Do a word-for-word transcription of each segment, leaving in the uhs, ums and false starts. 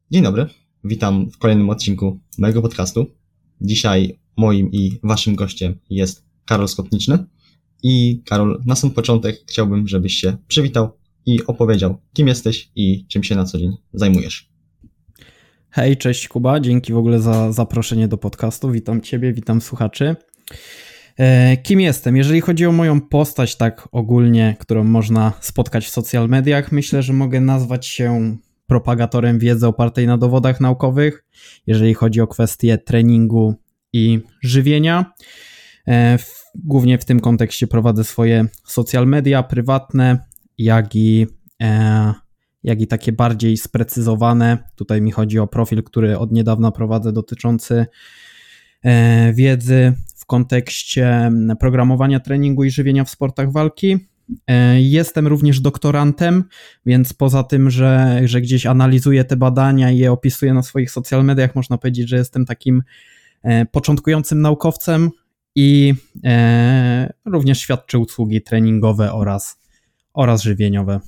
Dzień dobry, witam w kolejnym odcinku mojego podcastu. Dzisiaj moim i waszym gościem jest Karol Skopniczny. I Karol, na sam początek chciałbym, żebyś się przywitał i opowiedział, kim jesteś i czym się na co dzień zajmujesz. Hej, cześć Kuba, dzięki w ogóle za zaproszenie do podcastu. Witam Ciebie, witam słuchaczy. E, kim jestem? Jeżeli chodzi o moją postać tak ogólnie, którą można spotkać w social mediach, myślę, że mogę nazwać się propagatorem wiedzy opartej na dowodach naukowych, jeżeli chodzi o kwestie treningu i żywienia. E, w, głównie w tym kontekście prowadzę swoje social media prywatne, jak i, e, jak i takie bardziej sprecyzowane. Tutaj mi chodzi o profil, który od niedawna prowadzę, dotyczący e, wiedzy w kontekście programowania treningu i żywienia w sportach walki. Jestem również doktorantem, więc poza tym, że, że gdzieś analizuję te badania i je opisuję na swoich social mediach, można powiedzieć, że jestem takim początkującym naukowcem i e, również świadczę usługi treningowe oraz, oraz żywieniowe.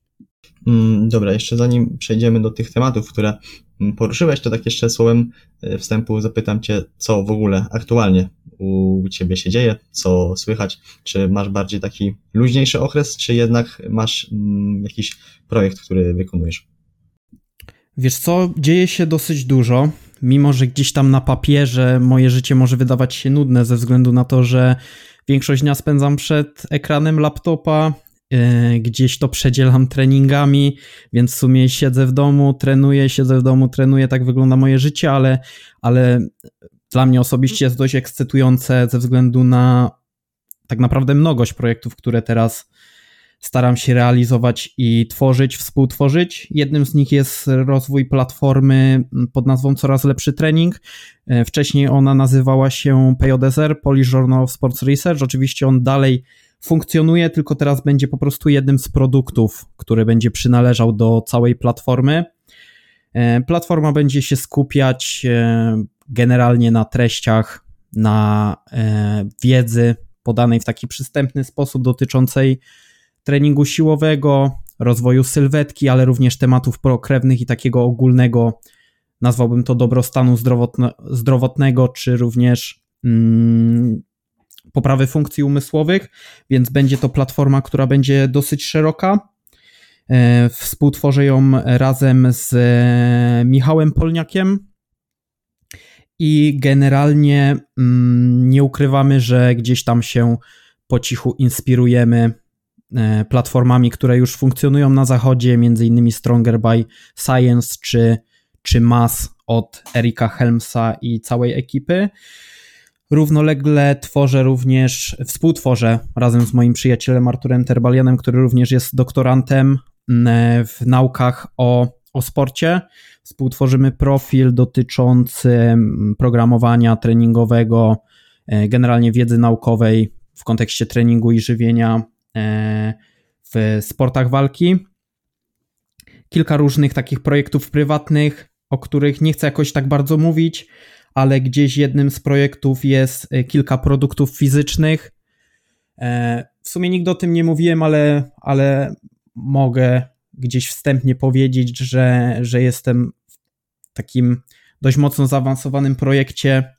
Dobra, jeszcze zanim przejdziemy do tych tematów, które poruszyłeś, to tak jeszcze słowem wstępu zapytam Cię, co w ogóle aktualnie u Ciebie się dzieje, co słychać, czy masz bardziej taki luźniejszy okres, czy jednak masz mm, jakiś projekt, który wykonujesz? Wiesz co, dzieje się dosyć dużo, mimo że gdzieś tam na papierze moje życie może wydawać się nudne ze względu na to, że większość dnia spędzam przed ekranem laptopa, yy, gdzieś to przedzielam treningami, więc w sumie siedzę w domu, trenuję, siedzę w domu, trenuję, tak wygląda moje życie, ale, ale dla mnie osobiście jest dość ekscytujące ze względu na tak naprawdę mnogość projektów, które teraz staram się realizować i tworzyć, współtworzyć. Jednym z nich jest rozwój platformy pod nazwą Coraz Lepszy Trening. Wcześniej ona nazywała się P J S R, Polish Journal of Sports Research. Oczywiście on dalej funkcjonuje, tylko teraz będzie po prostu jednym z produktów, który będzie przynależał do całej platformy. Platforma będzie się skupiać generalnie na treściach, na wiedzy podanej w taki przystępny sposób dotyczącej treningu siłowego, rozwoju sylwetki, ale również tematów prokrewnych i takiego ogólnego, nazwałbym to dobrostanu zdrowotne, zdrowotnego, czy również mm, poprawy funkcji umysłowych, więc będzie to platforma, która będzie dosyć szeroka. E, współtworzę ją razem z Michałem Polniakiem i generalnie mm, nie ukrywamy, że gdzieś tam się po cichu inspirujemy platformami, które już funkcjonują na zachodzie, między innymi Stronger by Science czy, czy M A S od Erika Helmsa i całej ekipy. Równolegle tworzę również, współtworzę razem z moim przyjacielem Arturem Terbalianem, który również jest doktorantem w naukach o, o sporcie. Współtworzymy profil dotyczący programowania treningowego, generalnie wiedzy naukowej w kontekście treningu i żywienia w sportach walki. Kilka różnych takich projektów prywatnych, o których nie chcę jakoś tak bardzo mówić, ale gdzieś jednym z projektów jest kilka produktów fizycznych. W sumie nigdy o tym nie mówiłem, ale, ale mogę gdzieś wstępnie powiedzieć, że, że jestem w takim dość mocno zaawansowanym projekcie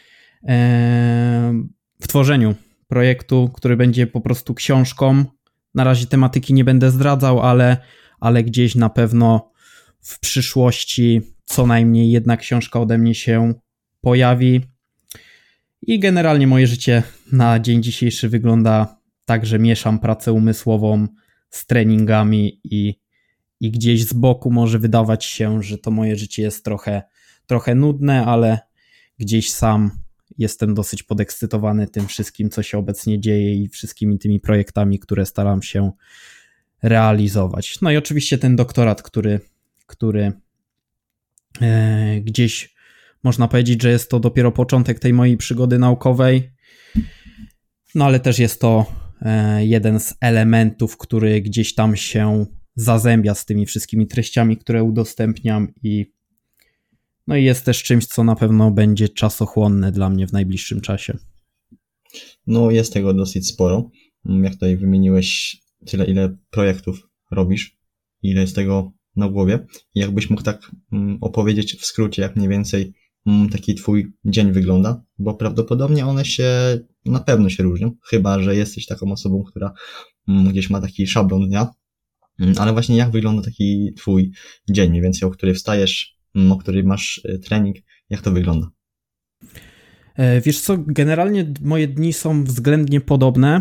w tworzeniu projektu, który będzie po prostu książką. Na razie tematyki nie będę zdradzał, ale, ale gdzieś na pewno w przyszłości co najmniej jedna książka ode mnie się pojawi. I generalnie moje życie na dzień dzisiejszy wygląda tak, że mieszam pracę umysłową z treningami i, i gdzieś z boku może wydawać się, że to moje życie jest trochę, trochę nudne, ale gdzieś sam jestem dosyć podekscytowany tym wszystkim, co się obecnie dzieje i wszystkimi tymi projektami, które staram się realizować. No i oczywiście ten doktorat, który, który e, gdzieś można powiedzieć, że jest to dopiero początek tej mojej przygody naukowej, no ale też jest to e, jeden z elementów, który gdzieś tam się zazębia z tymi wszystkimi treściami, które udostępniam i no i jest też czymś, co na pewno będzie czasochłonne dla mnie w najbliższym czasie. No jest tego dosyć sporo. Jak tutaj wymieniłeś tyle, ile projektów robisz, ile jest tego na głowie i jakbyś mógł tak opowiedzieć w skrócie, jak mniej więcej taki twój dzień wygląda, bo prawdopodobnie one się na pewno się różnią, chyba że jesteś taką osobą, która gdzieś ma taki szablon dnia, ale właśnie jak wygląda taki twój dzień, mniej więcej o której wstajesz, o której masz trening, jak to wygląda? Wiesz co, generalnie moje dni są względnie podobne.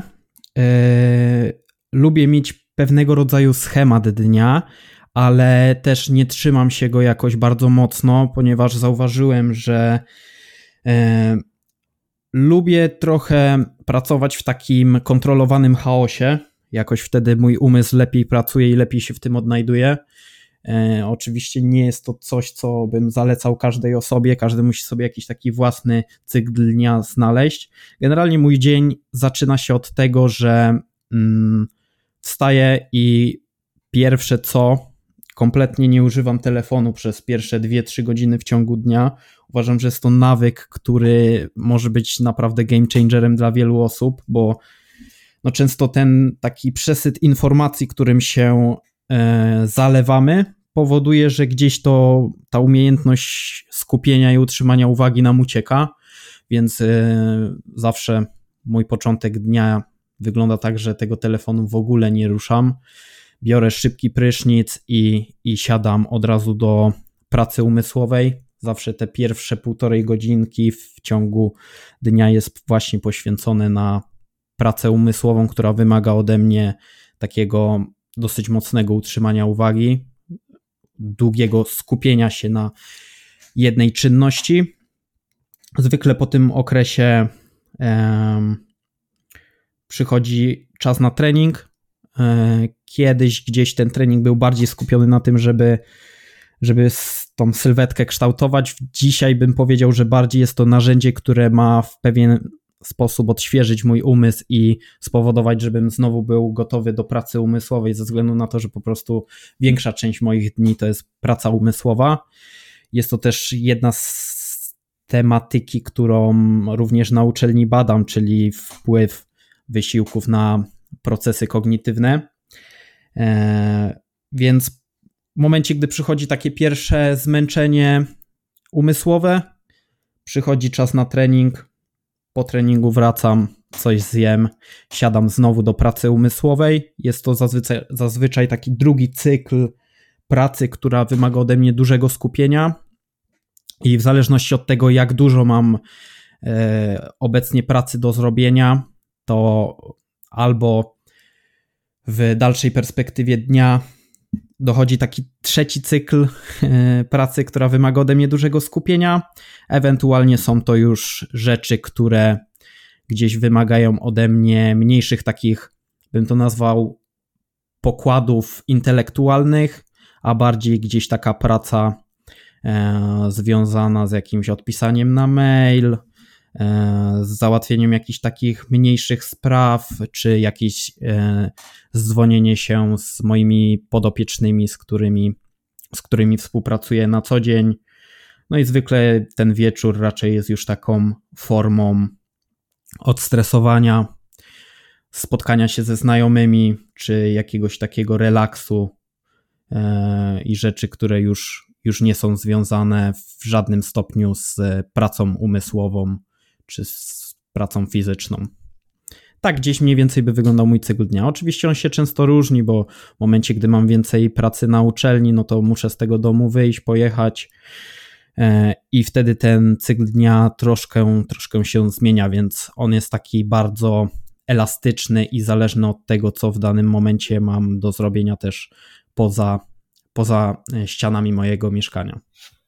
Lubię mieć pewnego rodzaju schemat dnia, ale też nie trzymam się go jakoś bardzo mocno, ponieważ zauważyłem, że e, lubię trochę pracować w takim kontrolowanym chaosie. Jakoś wtedy mój umysł lepiej pracuje i lepiej się w tym odnajduje. E, oczywiście nie jest to coś, co bym zalecał każdej osobie. Każdy musi sobie jakiś taki własny cykl dnia znaleźć. Generalnie mój dzień zaczyna się od tego, że mm, wstaję i pierwsze co, kompletnie nie używam telefonu przez pierwsze dwie trzy godziny w ciągu dnia. Uważam, że jest to nawyk, który może być naprawdę game changerem dla wielu osób, bo no często ten taki przesyt informacji, którym się e, zalewamy, powoduje, że gdzieś to ta umiejętność skupienia i utrzymania uwagi nam ucieka, więc e, zawsze mój początek dnia wygląda tak, że tego telefonu w ogóle nie ruszam. Biorę szybki prysznic i, i siadam od razu do pracy umysłowej. Zawsze te pierwsze półtorej godzinki w ciągu dnia jest właśnie poświęcone na pracę umysłową, która wymaga ode mnie takiego dosyć mocnego utrzymania uwagi, długiego skupienia się na jednej czynności. Zwykle po tym okresie em, przychodzi czas na trening. Kiedyś gdzieś ten trening był bardziej skupiony na tym, żeby, żeby tą sylwetkę kształtować. Dzisiaj bym powiedział, że bardziej jest to narzędzie, które ma w pewien sposób odświeżyć mój umysł i spowodować, żebym znowu był gotowy do pracy umysłowej, ze względu na to, że po prostu większa część moich dni to jest praca umysłowa. Jest to też jedna z tematyki, którą również na uczelni badam, czyli wpływ wysiłków na procesy kognitywne, e, więc w momencie, gdy przychodzi takie pierwsze zmęczenie umysłowe, przychodzi czas na trening, po treningu wracam, coś zjem, siadam znowu do pracy umysłowej. Jest to zazwyczaj, zazwyczaj taki drugi cykl pracy, która wymaga ode mnie dużego skupienia i w zależności od tego, jak dużo mam e, obecnie pracy do zrobienia, to albo w dalszej perspektywie dnia dochodzi taki trzeci cykl pracy, która wymaga ode mnie dużego skupienia. Ewentualnie są to już rzeczy, które gdzieś wymagają ode mnie mniejszych takich, bym to nazwał, pokładów intelektualnych, a bardziej gdzieś taka praca e, związana z jakimś odpisaniem na mail, z załatwieniem jakichś takich mniejszych spraw, czy jakieś e, zdzwonienie się z moimi podopiecznymi, z którymi, z którymi współpracuję na co dzień. No i zwykle ten wieczór raczej jest już taką formą odstresowania, spotkania się ze znajomymi, czy jakiegoś takiego relaksu e, i rzeczy, które już, już nie są związane w żadnym stopniu z pracą umysłową, czy z pracą fizyczną. Tak gdzieś mniej więcej by wyglądał mój cykl dnia. Oczywiście on się często różni, bo w momencie, gdy mam więcej pracy na uczelni, no to muszę z tego domu wyjść, pojechać i wtedy ten cykl dnia troszkę, troszkę się zmienia, więc on jest taki bardzo elastyczny i zależny od tego, co w danym momencie mam do zrobienia też poza, poza ścianami mojego mieszkania.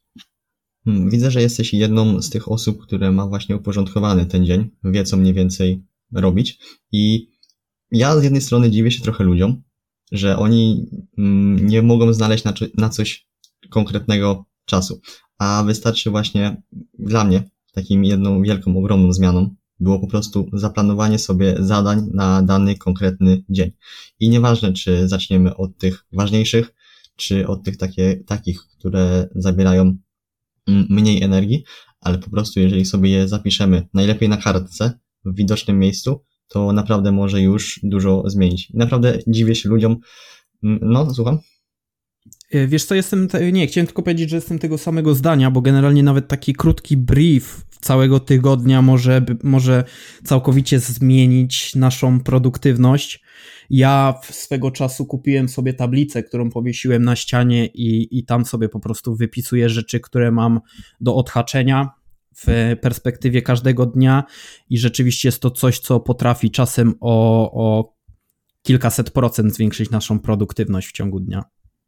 Widzę, że jesteś jedną z tych osób, które ma właśnie uporządkowany ten dzień, wie co mniej więcej robić i ja z jednej strony dziwię się trochę ludziom, że oni nie mogą znaleźć na, na coś konkretnego czasu, a wystarczy właśnie dla mnie takim jedną wielką, ogromną zmianą było po prostu zaplanowanie sobie zadań na dany konkretny dzień i nieważne, czy zaczniemy od tych ważniejszych, czy od tych takie, takich, które zabierają mniej energii, ale po prostu jeżeli sobie je zapiszemy, najlepiej na kartce, w widocznym miejscu, to naprawdę może już dużo zmienić. I naprawdę dziwię się ludziom. No, słucham? Wiesz co, jestem, nie, chciałem tylko powiedzieć, że jestem tego samego zdania, bo generalnie nawet taki krótki brief całego tygodnia może, może całkowicie zmienić naszą produktywność. Ja swego czasu kupiłem sobie tablicę, którą powiesiłem na ścianie i, i tam sobie po prostu wypisuję rzeczy, które mam do odhaczenia w perspektywie każdego dnia i rzeczywiście jest to coś, co potrafi czasem o, o kilkaset procent zwiększyć naszą produktywność w ciągu dnia.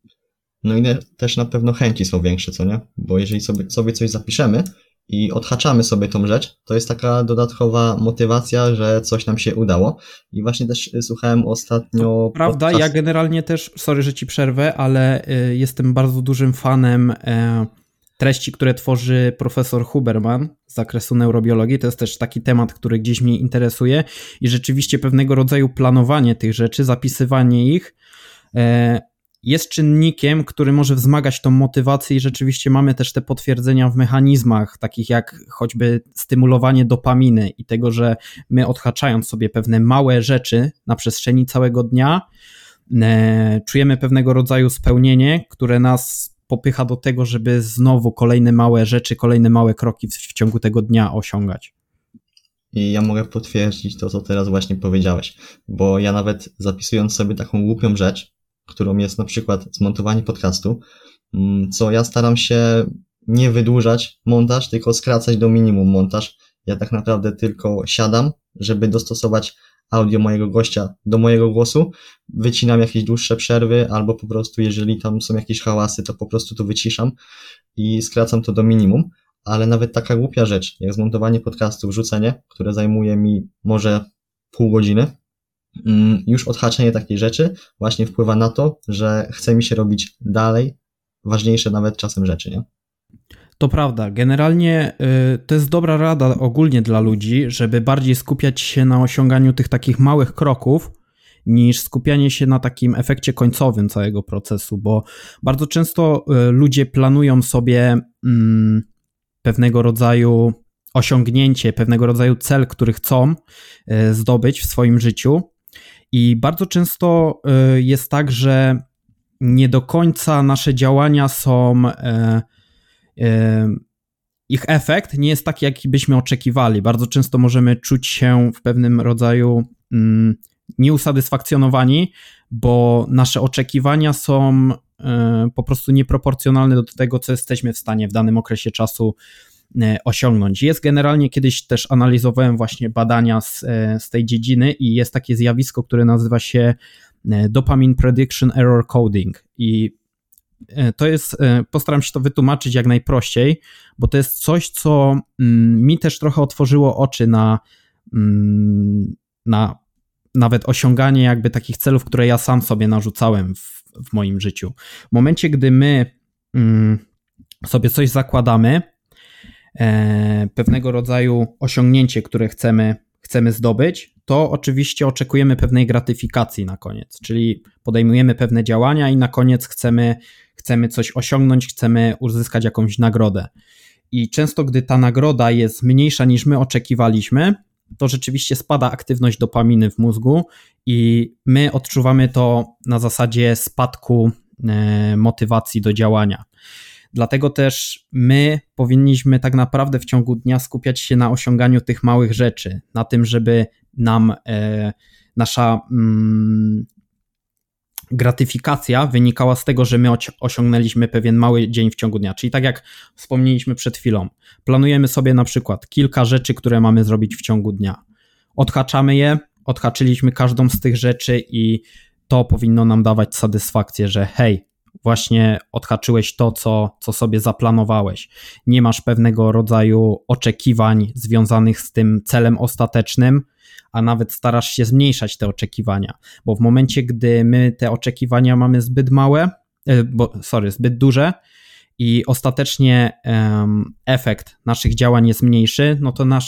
No i też na pewno chęci są większe, co nie? Bo jeżeli sobie, sobie coś zapiszemy i odhaczamy sobie tą rzecz, to jest taka dodatkowa motywacja, że coś nam się udało. I właśnie też słuchałem ostatnio... Prawda, podcast... ja generalnie też, sorry, że ci przerwę, ale y, jestem bardzo dużym fanem y, treści, które tworzy profesor Huberman z zakresu neurobiologii. To jest też taki temat, który gdzieś mnie interesuje i rzeczywiście pewnego rodzaju planowanie tych rzeczy, zapisywanie ich y, jest czynnikiem, który może wzmagać tą motywację i rzeczywiście mamy też te potwierdzenia w mechanizmach, takich jak choćby stymulowanie dopaminy i tego, że my odhaczając sobie pewne małe rzeczy na przestrzeni całego dnia, e, czujemy pewnego rodzaju spełnienie, które nas popycha do tego, żeby znowu kolejne małe rzeczy, kolejne małe kroki w, w ciągu tego dnia osiągać. I ja mogę potwierdzić to, co teraz właśnie powiedziałeś, bo ja nawet zapisując sobie taką głupią rzecz, którą jest na przykład zmontowanie podcastu, co ja staram się nie wydłużać montaż, tylko skracać do minimum montaż. Ja tak naprawdę tylko siadam, żeby dostosować audio mojego gościa do mojego głosu, wycinam jakieś dłuższe przerwy, albo po prostu jeżeli tam są jakieś hałasy, to po prostu to wyciszam i skracam to do minimum, ale nawet taka głupia rzecz, jak zmontowanie podcastu, wrzucenie, które zajmuje mi może pół godziny, już odhaczenie takiej rzeczy właśnie wpływa na to, że chce mi się robić dalej ważniejsze nawet czasem rzeczy, nie? To prawda. Generalnie y, to jest dobra rada ogólnie dla ludzi, żeby bardziej skupiać się na osiąganiu tych takich małych kroków, niż skupianie się na takim efekcie końcowym całego procesu, bo bardzo często y, ludzie planują sobie y, pewnego rodzaju osiągnięcie, pewnego rodzaju cel, który chcą y, zdobyć w swoim życiu. I bardzo często jest tak, że nie do końca nasze działania są, ich efekt nie jest taki, jaki byśmy oczekiwali. Bardzo często możemy czuć się w pewnym rodzaju nieusatysfakcjonowani, bo nasze oczekiwania są po prostu nieproporcjonalne do tego, co jesteśmy w stanie w danym okresie czasu osiągnąć. Jest generalnie, kiedyś też analizowałem właśnie badania z, z tej dziedziny i jest takie zjawisko, które nazywa się Dopamine Prediction Error Coding i to jest, postaram się to wytłumaczyć jak najprościej, bo to jest coś, co mi też trochę otworzyło oczy na, na nawet osiąganie jakby takich celów, które ja sam sobie narzucałem w, w moim życiu. W momencie, gdy my sobie coś zakładamy, pewnego rodzaju osiągnięcie, które chcemy, chcemy zdobyć, to oczywiście oczekujemy pewnej gratyfikacji na koniec, czyli podejmujemy pewne działania i na koniec chcemy, chcemy coś osiągnąć, chcemy uzyskać jakąś nagrodę. I często, gdy ta nagroda jest mniejsza niż my oczekiwaliśmy, to rzeczywiście spada aktywność dopaminy w mózgu i my odczuwamy to na zasadzie spadku motywacji do działania. Dlatego też my powinniśmy tak naprawdę w ciągu dnia skupiać się na osiąganiu tych małych rzeczy, na tym, żeby nam e, nasza mm, gratyfikacja wynikała z tego, że my osiągnęliśmy pewien mały dzień w ciągu dnia. Czyli tak jak wspomnieliśmy przed chwilą, planujemy sobie na przykład kilka rzeczy, które mamy zrobić w ciągu dnia. Odhaczamy je, odhaczyliśmy każdą z tych rzeczy i to powinno nam dawać satysfakcję, że hej, właśnie odhaczyłeś to, co, co sobie zaplanowałeś. Nie masz pewnego rodzaju oczekiwań związanych z tym celem ostatecznym, a nawet starasz się zmniejszać te oczekiwania, bo w momencie, gdy my te oczekiwania mamy zbyt małe, bo, sorry, zbyt duże i ostatecznie um, efekt naszych działań jest mniejszy, no to nasza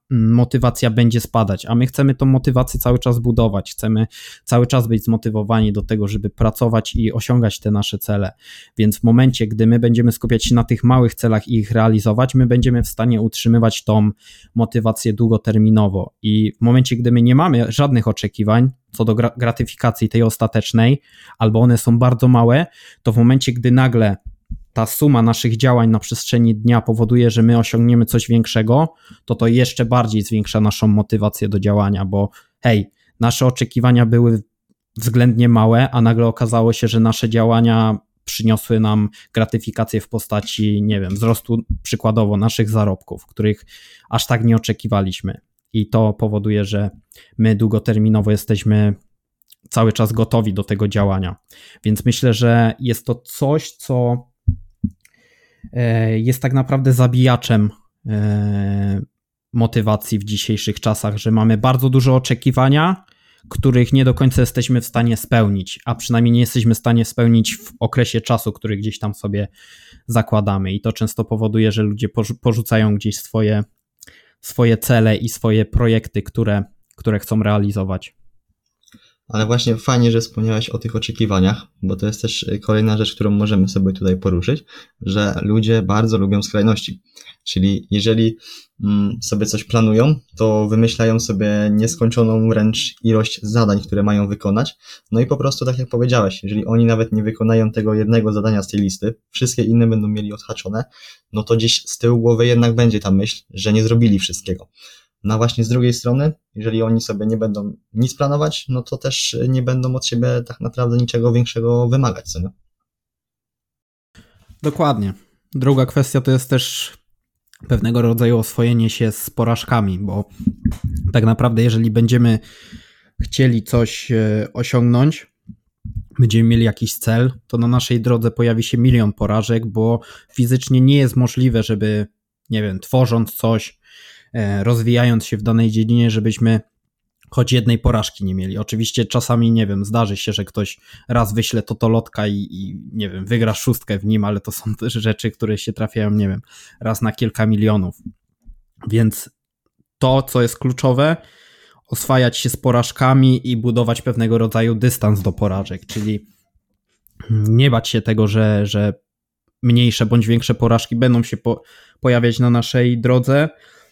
motywacja będzie spadać, a my chcemy tą motywację cały czas budować, chcemy cały czas być zmotywowani do tego, żeby pracować i osiągać te nasze cele, więc w momencie, gdy my będziemy skupiać się na tych małych celach i ich realizować, my będziemy w stanie utrzymywać tą motywację długoterminowo i w momencie, gdy my nie mamy żadnych oczekiwań co do gratyfikacji tej ostatecznej, albo one są bardzo małe, to w momencie, gdy nagle ta suma naszych działań na przestrzeni dnia powoduje, że my osiągniemy coś większego, to to jeszcze bardziej zwiększa naszą motywację do działania, bo hej, nasze oczekiwania były względnie małe, a nagle okazało się, że nasze działania przyniosły nam gratyfikację w postaci, nie wiem, wzrostu przykładowo naszych zarobków, których aż tak nie oczekiwaliśmy. I to powoduje, że my długoterminowo jesteśmy cały czas gotowi do tego działania. Więc myślę, że jest to coś, co jest tak naprawdę zabijaczem motywacji w dzisiejszych czasach, że mamy bardzo dużo oczekiwania, których nie do końca jesteśmy w stanie spełnić, a przynajmniej nie jesteśmy w stanie spełnić w okresie czasu, który gdzieś tam sobie zakładamy i to często powoduje, że ludzie porzucają gdzieś swoje, swoje cele i swoje projekty, które, które chcą realizować. Ale właśnie fajnie, że wspomniałeś o tych oczekiwaniach, bo to jest też kolejna rzecz, którą możemy sobie tutaj poruszyć, że ludzie bardzo lubią skrajności. Czyli jeżeli sobie coś planują, to wymyślają sobie nieskończoną wręcz ilość zadań, które mają wykonać. No i po prostu, tak jak powiedziałeś, jeżeli oni nawet nie wykonają tego jednego zadania z tej listy, wszystkie inne będą mieli odhaczone, no to gdzieś z tyłu głowy jednak będzie ta myśl, że nie zrobili wszystkiego. No a właśnie z drugiej strony, jeżeli oni sobie nie będą nic planować, no to też nie będą od siebie tak naprawdę niczego większego wymagać, co nie? Dokładnie. Druga kwestia to jest też pewnego rodzaju oswojenie się z porażkami, bo tak naprawdę jeżeli będziemy chcieli coś osiągnąć, będziemy mieli jakiś cel, to na naszej drodze pojawi się milion porażek, bo fizycznie nie jest możliwe, żeby, nie wiem, tworząc coś, rozwijając się w danej dziedzinie, żebyśmy choć jednej porażki nie mieli. Oczywiście czasami, nie wiem, zdarzy się, że ktoś raz wyśle totolotka i, i nie wiem, wygra szóstkę w nim, ale to są też rzeczy, które się trafiają, nie wiem, raz na kilka milionów. Więc to, co jest kluczowe, oswajać się z porażkami i budować pewnego rodzaju dystans do porażek, czyli nie bać się tego, że, że mniejsze bądź większe porażki będą się po, pojawiać na naszej drodze,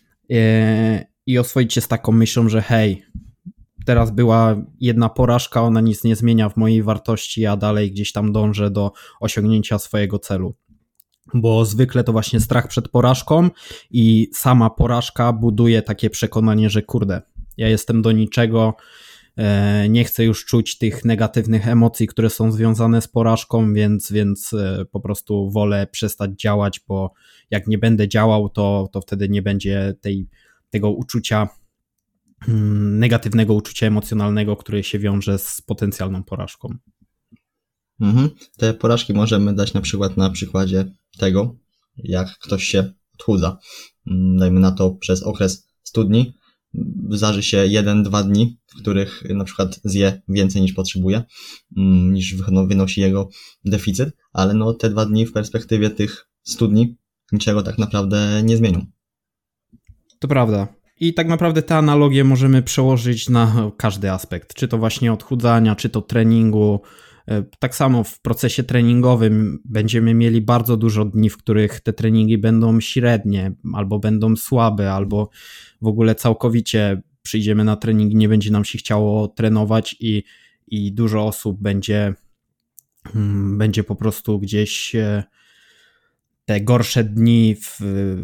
i oswoić się z taką myślą, że hej, teraz była jedna porażka, ona nic nie zmienia w mojej wartości, a dalej gdzieś tam dążę do osiągnięcia swojego celu. Bo zwykle to właśnie strach przed porażką i sama porażka buduje takie przekonanie, że kurde, ja jestem do niczego, nie chcę już czuć tych negatywnych emocji, które są związane z porażką, więc, więc po prostu wolę przestać działać, bo jak nie będę działał, to, to wtedy nie będzie tej, tego uczucia, negatywnego uczucia emocjonalnego, które się wiąże z potencjalną porażką. Mhm. Te porażki możemy dać na przykład na przykładzie tego, jak ktoś się odchudza. Dajmy na to przez okres stu dni. Zdarzy się jeden, dwa dni, w których na przykład zje więcej niż potrzebuje, niż wynosi jego deficyt, ale no te dwa dni w perspektywie tych stu dni niczego tak naprawdę nie zmienią. To prawda. I tak naprawdę te analogie możemy przełożyć na każdy aspekt, czy to właśnie odchudzania, czy to treningu. Tak samo w procesie treningowym będziemy mieli bardzo dużo dni, w których te treningi będą średnie, albo będą słabe, albo w ogóle całkowicie przyjdziemy na trening i nie będzie nam się chciało trenować i, i dużo osób będzie, będzie po prostu gdzieś te gorsze dni w,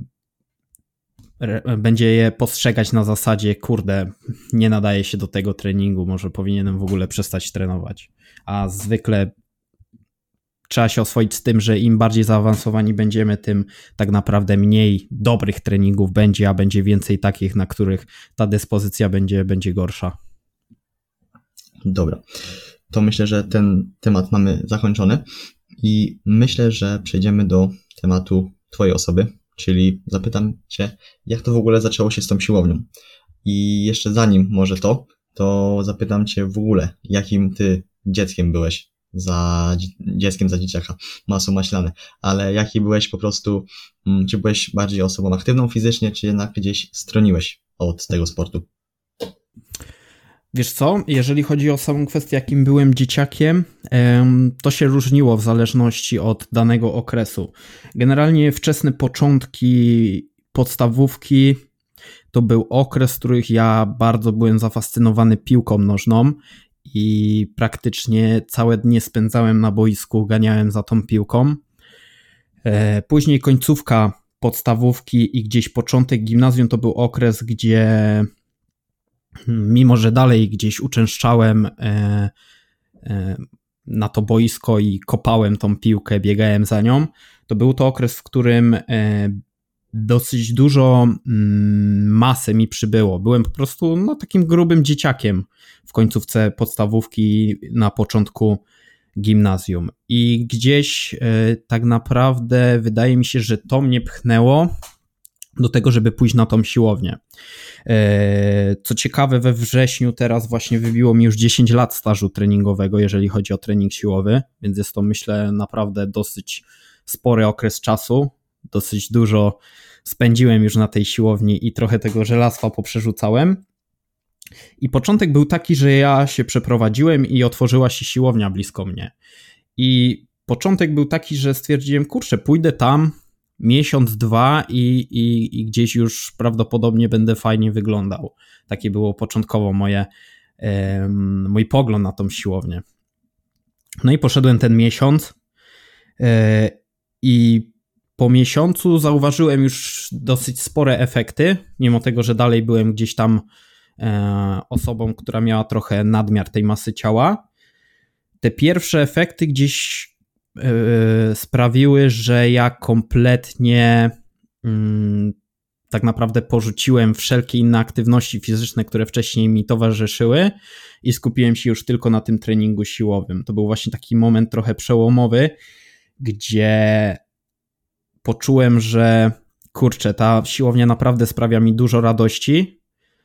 będzie je postrzegać na zasadzie kurde, nie nadaje się do tego treningu, może powinienem w ogóle przestać trenować. A zwykle trzeba się oswoić z tym, że im bardziej zaawansowani będziemy, tym tak naprawdę mniej dobrych treningów będzie, a będzie więcej takich, na których ta dyspozycja będzie, będzie gorsza. Dobra, to myślę, że ten temat mamy zakończony i myślę, że przejdziemy do tematu twojej osoby, czyli zapytam cię, jak to w ogóle zaczęło się z tą siłownią. I jeszcze zanim może to, to zapytam cię w ogóle, jakim ty dzieckiem byłeś, za dzieckiem za dzieciaka, masło maślane, ale jaki byłeś po prostu, czy byłeś bardziej osobą aktywną fizycznie, czy jednak gdzieś stroniłeś od tego sportu? Wiesz co, jeżeli chodzi o samą kwestię, jakim byłem dzieciakiem, to się różniło w zależności od danego okresu. Generalnie wczesne początki podstawówki to był okres, w których ja bardzo byłem zafascynowany piłką nożną i praktycznie całe dnie spędzałem na boisku, ganiałem za tą piłką. Później końcówka podstawówki i gdzieś początek gimnazjum to był okres, gdzie mimo że dalej gdzieś uczęszczałem e, e, na to boisko i kopałem tą piłkę, biegałem za nią, to był to okres, w którym e, dosyć dużo mm, masy mi przybyło. Byłem po prostu no, takim grubym dzieciakiem w końcówce podstawówki, na początku gimnazjum. I gdzieś e, tak naprawdę wydaje mi się, że to mnie pchnęło do tego, żeby pójść na tą siłownię. Co ciekawe, we wrześniu teraz właśnie wybiło mi już dziesięć lat stażu treningowego, jeżeli chodzi o trening siłowy, więc jest to, myślę, naprawdę dosyć spory okres czasu. Dosyć dużo spędziłem już na tej siłowni i trochę tego żelastwa poprzerzucałem. I początek był taki, że ja się przeprowadziłem i otworzyła się siłownia blisko mnie. I początek był taki, że stwierdziłem, kurczę, pójdę tam miesiąc, dwa i, i, i gdzieś już prawdopodobnie będę fajnie wyglądał. Takie było początkowo moje, e, mój pogląd na tą siłownię. No i poszedłem ten miesiąc e, i po miesiącu zauważyłem już dosyć spore efekty, mimo tego, że dalej byłem gdzieś tam e, osobą, która miała trochę nadmiar tej masy ciała. Te pierwsze efekty gdzieś sprawiły, że ja kompletnie mm, tak naprawdę porzuciłem wszelkie inne aktywności fizyczne, które wcześniej mi towarzyszyły i skupiłem się już tylko na tym treningu siłowym. To był właśnie taki moment trochę przełomowy, gdzie poczułem, że kurczę, ta siłownia naprawdę sprawia mi dużo radości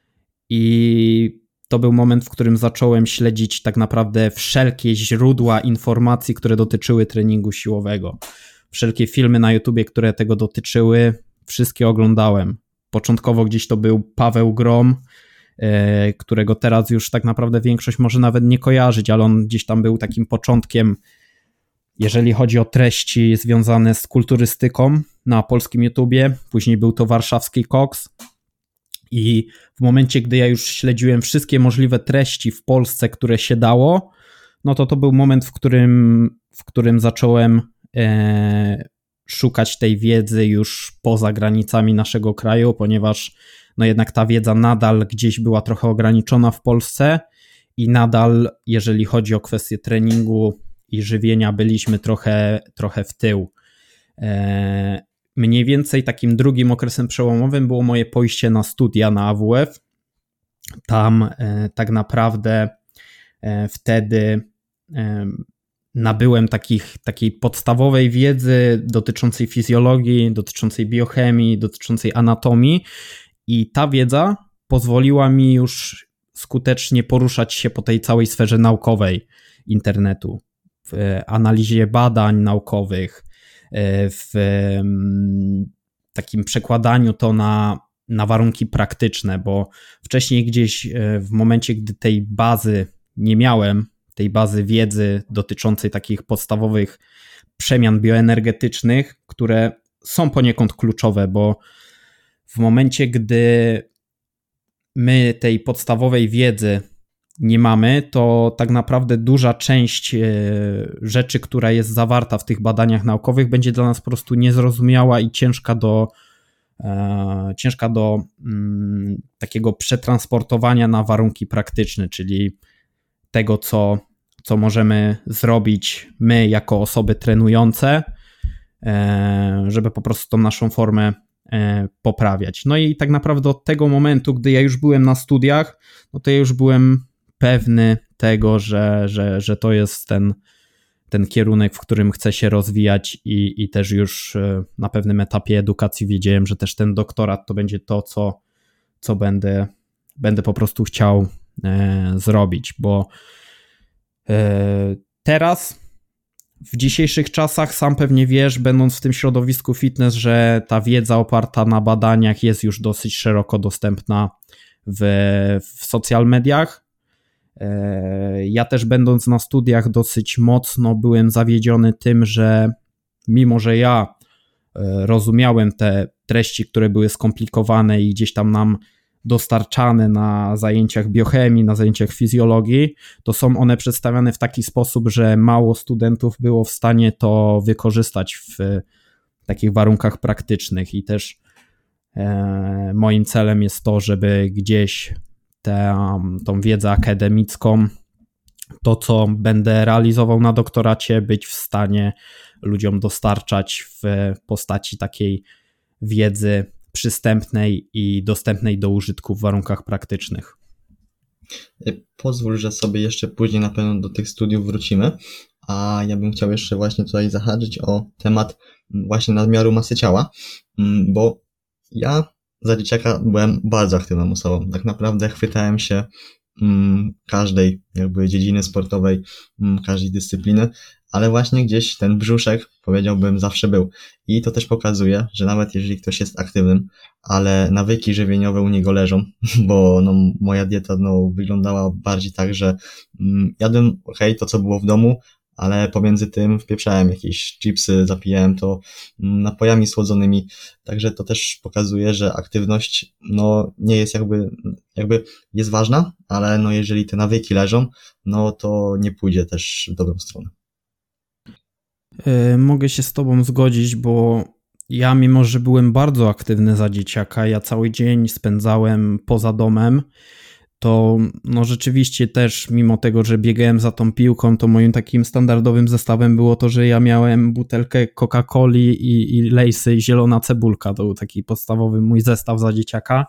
i to był moment, w którym zacząłem śledzić tak naprawdę wszelkie źródła informacji, które dotyczyły treningu siłowego. Wszelkie filmy na YouTubie, które tego dotyczyły, wszystkie oglądałem. Początkowo gdzieś to był Paweł Grom, e, którego teraz już tak naprawdę większość może nawet nie kojarzyć, ale on gdzieś tam był takim początkiem, jeżeli chodzi o treści związane z kulturystyką na polskim YouTubie. Później był to Warszawski Koks. I w momencie, gdy ja już śledziłem wszystkie możliwe treści w Polsce, które się dało, no to to był moment, w którym, w którym zacząłem e, szukać tej wiedzy już poza granicami naszego kraju, ponieważ no jednak ta wiedza nadal gdzieś była trochę ograniczona w Polsce i nadal, jeżeli chodzi o kwestię treningu i żywienia, byliśmy trochę, trochę w tył. E, Mniej więcej takim drugim okresem przełomowym było moje pójście na studia na A W F. Tam e, tak naprawdę e, wtedy e, nabyłem takich, takiej podstawowej wiedzy dotyczącej fizjologii, dotyczącej biochemii, dotyczącej anatomii i ta wiedza pozwoliła mi już skutecznie poruszać się po tej całej sferze naukowej internetu, w analizie badań naukowych, w takim przekładaniu to na, na warunki praktyczne, bo wcześniej gdzieś w momencie, gdy tej bazy nie miałem, tej bazy wiedzy dotyczącej takich podstawowych przemian bioenergetycznych, które są poniekąd kluczowe, bo w momencie, gdy my tej podstawowej wiedzy nie mamy, to tak naprawdę duża część rzeczy, która jest zawarta w tych badaniach naukowych, będzie dla nas po prostu niezrozumiała i ciężka do, e, ciężka do mm, takiego przetransportowania na warunki praktyczne, czyli tego, co, co możemy zrobić my jako osoby trenujące, e, żeby po prostu tą naszą formę e, poprawiać. No i tak naprawdę od tego momentu, gdy ja już byłem na studiach, no to ja już byłem pewny tego, że, że, że to jest ten, ten kierunek, w którym chcę się rozwijać i, i też już na pewnym etapie edukacji wiedziałem, że też ten doktorat to będzie to, co, co będę, będę po prostu chciał e, zrobić, bo e, teraz w dzisiejszych czasach, sam pewnie wiesz, będąc w tym środowisku fitness, że ta wiedza oparta na badaniach jest już dosyć szeroko dostępna w, w social mediach. Ja też będąc na studiach dosyć mocno byłem zawiedziony tym, że mimo, że ja rozumiałem te treści, które były skomplikowane i gdzieś tam nam dostarczane na zajęciach biochemii, na zajęciach fizjologii, to są one przedstawiane w taki sposób, że mało studentów było w stanie to wykorzystać w takich warunkach praktycznych i też e, moim celem jest to, żeby gdzieś tę, tą wiedzę akademicką, to co będę realizował na doktoracie, być w stanie ludziom dostarczać w postaci takiej wiedzy przystępnej i dostępnej do użytku w warunkach praktycznych. Pozwól, że sobie jeszcze później na pewno do tych studiów wrócimy, a ja bym chciał jeszcze właśnie tutaj zahaczyć o temat właśnie nadmiaru masy ciała, bo ja za dzieciaka byłem bardzo aktywną osobą. Tak naprawdę chwytałem się każdej jakby dziedziny sportowej, każdej dyscypliny, ale właśnie gdzieś ten brzuszek, powiedziałbym, zawsze był. I to też pokazuje, że nawet jeżeli ktoś jest aktywnym, ale nawyki żywieniowe u niego leżą, bo no, moja dieta no, wyglądała bardziej tak, że mm, jadłem okej, okay, to co było w domu, ale pomiędzy tym wpieprzałem jakieś chipsy, zapijałem to napojami słodzonymi, także to też pokazuje, że aktywność no nie jest jakby, jakby jest ważna, ale no jeżeli te nawyki leżą, no to nie pójdzie też w dobrą stronę. Yy, mogę się z tobą zgodzić, bo ja mimo, że byłem bardzo aktywny za dzieciaka, ja cały dzień spędzałem poza domem, to no rzeczywiście też mimo tego, że biegałem za tą piłką, to moim takim standardowym zestawem było to, że ja miałem butelkę Coca-Coli i, i lejsy i zielona cebulka. To był taki podstawowy mój zestaw za dzieciaka,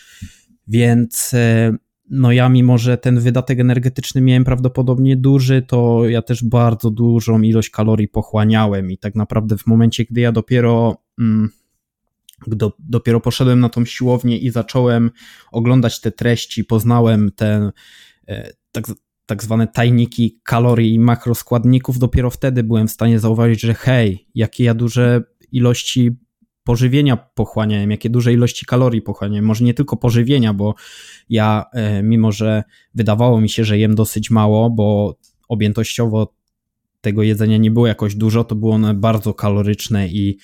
więc no ja mimo, że ten wydatek energetyczny miałem prawdopodobnie duży, to ja też bardzo dużą ilość kalorii pochłaniałem i tak naprawdę w momencie, gdy ja dopiero... Mm, Do, dopiero poszedłem na tą siłownię i zacząłem oglądać te treści, poznałem te e, tak, tak zwane tajniki kalorii i makroskładników, dopiero wtedy byłem w stanie zauważyć, że hej, jakie ja duże ilości pożywienia pochłaniałem, jakie duże ilości kalorii pochłaniałem, może nie tylko pożywienia, bo ja e, mimo, że wydawało mi się, że jem dosyć mało, bo objętościowo tego jedzenia nie było jakoś dużo, to było one bardzo kaloryczne i,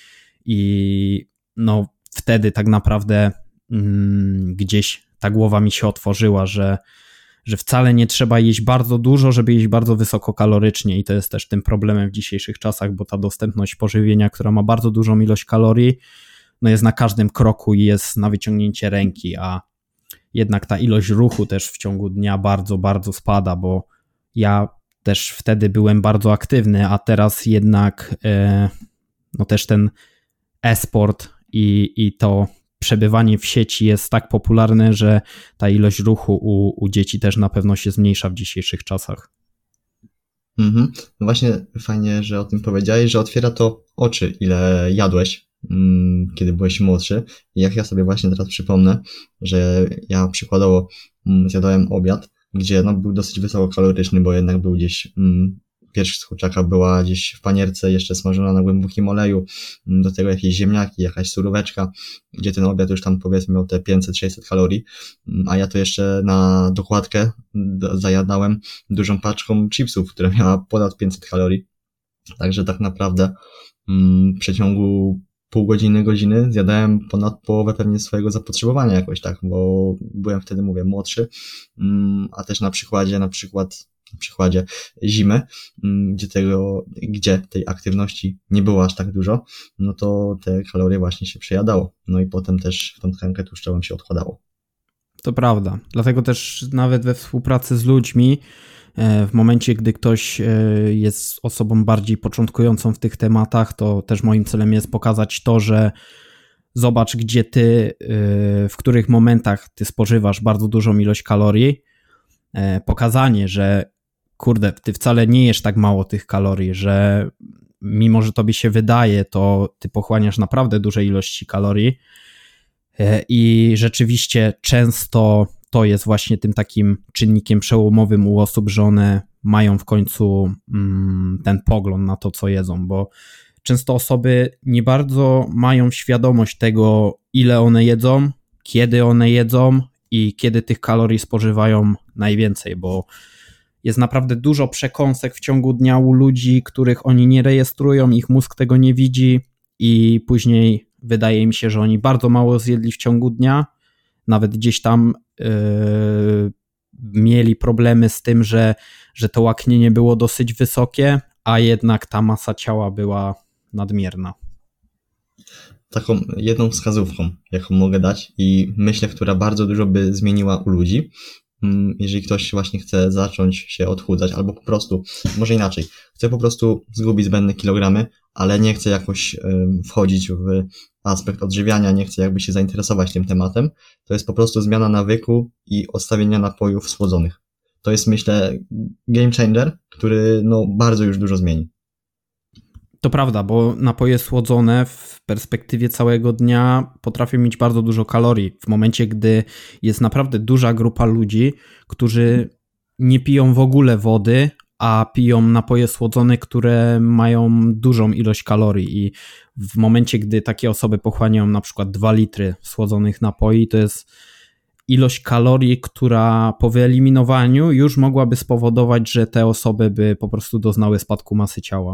i no wtedy tak naprawdę mm, gdzieś ta głowa mi się otworzyła, że, że wcale nie trzeba jeść bardzo dużo, żeby jeść bardzo wysokokalorycznie i to jest też tym problemem w dzisiejszych czasach, bo ta dostępność pożywienia, która ma bardzo dużą ilość kalorii, no jest na każdym kroku i jest na wyciągnięcie ręki, a jednak ta ilość ruchu też w ciągu dnia bardzo, bardzo spada, bo ja też wtedy byłem bardzo aktywny, a teraz jednak e, no też ten e-sport i, i to przebywanie w sieci jest tak popularne, że ta ilość ruchu u, u dzieci też na pewno się zmniejsza w dzisiejszych czasach. Mhm. No właśnie fajnie, że o tym powiedziałeś, że otwiera to oczy, ile jadłeś, mm, kiedy byłeś młodszy. I jak ja sobie właśnie teraz przypomnę, że ja przykładowo mm, zjadałem obiad, gdzie no, był dosyć wysokokaloryczny, bo jednak był gdzieś... Mm, Pierś z kurczaka była gdzieś w panierce, jeszcze smażona na głębokim oleju, do tego jakieś ziemniaki, jakaś suróweczka, gdzie ten obiad już tam powiedzmy miał te pięćset sześćset kalorii, a ja to jeszcze na dokładkę zajadałem dużą paczką chipsów, która miała ponad pięćset kalorii. Także tak naprawdę w przeciągu pół godziny, godziny zjadałem ponad połowę pewnie swojego zapotrzebowania jakoś tak, bo byłem wtedy, mówię, młodszy, a też na przykładzie, na przykład na przykładzie zimy, gdzie tego, gdzie tej aktywności nie było aż tak dużo, no to te kalorie właśnie się przejadało. No i potem też w tą tkankę tłuszczową się odkładało. To prawda. Dlatego też nawet we współpracy z ludźmi, w momencie, gdy ktoś jest osobą bardziej początkującą w tych tematach, to też moim celem jest pokazać to, że zobacz, gdzie ty, w których momentach ty spożywasz bardzo dużą ilość kalorii, pokazanie, że kurde, ty wcale nie jesz tak mało tych kalorii, że mimo, że tobie się wydaje, to ty pochłaniasz naprawdę duże ilości kalorii i rzeczywiście często to jest właśnie tym takim czynnikiem przełomowym u osób, że one mają w końcu mm, ten pogląd na to, co jedzą, bo często osoby nie bardzo mają świadomość tego, ile one jedzą, kiedy one jedzą i kiedy tych kalorii spożywają najwięcej, bo jest naprawdę dużo przekąsek w ciągu dnia u ludzi, których oni nie rejestrują, ich mózg tego nie widzi i później wydaje mi się, że oni bardzo mało zjedli w ciągu dnia, nawet gdzieś tam yy, mieli problemy z tym, że, że to łaknienie było dosyć wysokie, a jednak ta masa ciała była nadmierna. Taką jedną wskazówką, jaką mogę dać i myślę, która bardzo dużo by zmieniła u ludzi, jeżeli ktoś właśnie chce zacząć się odchudzać albo po prostu, może inaczej, chce po prostu zgubić zbędne kilogramy, ale nie chce jakoś wchodzić w aspekt odżywiania, nie chce jakby się zainteresować tym tematem, to jest po prostu zmiana nawyku i odstawienia napojów słodzonych. To jest, myślę, game changer, który no bardzo już dużo zmieni. To prawda, bo napoje słodzone w perspektywie całego dnia potrafią mieć bardzo dużo kalorii. W momencie, gdy jest naprawdę duża grupa ludzi, którzy nie piją w ogóle wody, a piją napoje słodzone, które mają dużą ilość kalorii i w momencie, gdy takie osoby pochłaniają na przykład dwa litry słodzonych napoi, to jest ilość kalorii, która po wyeliminowaniu już mogłaby spowodować, że te osoby by po prostu doznały spadku masy ciała.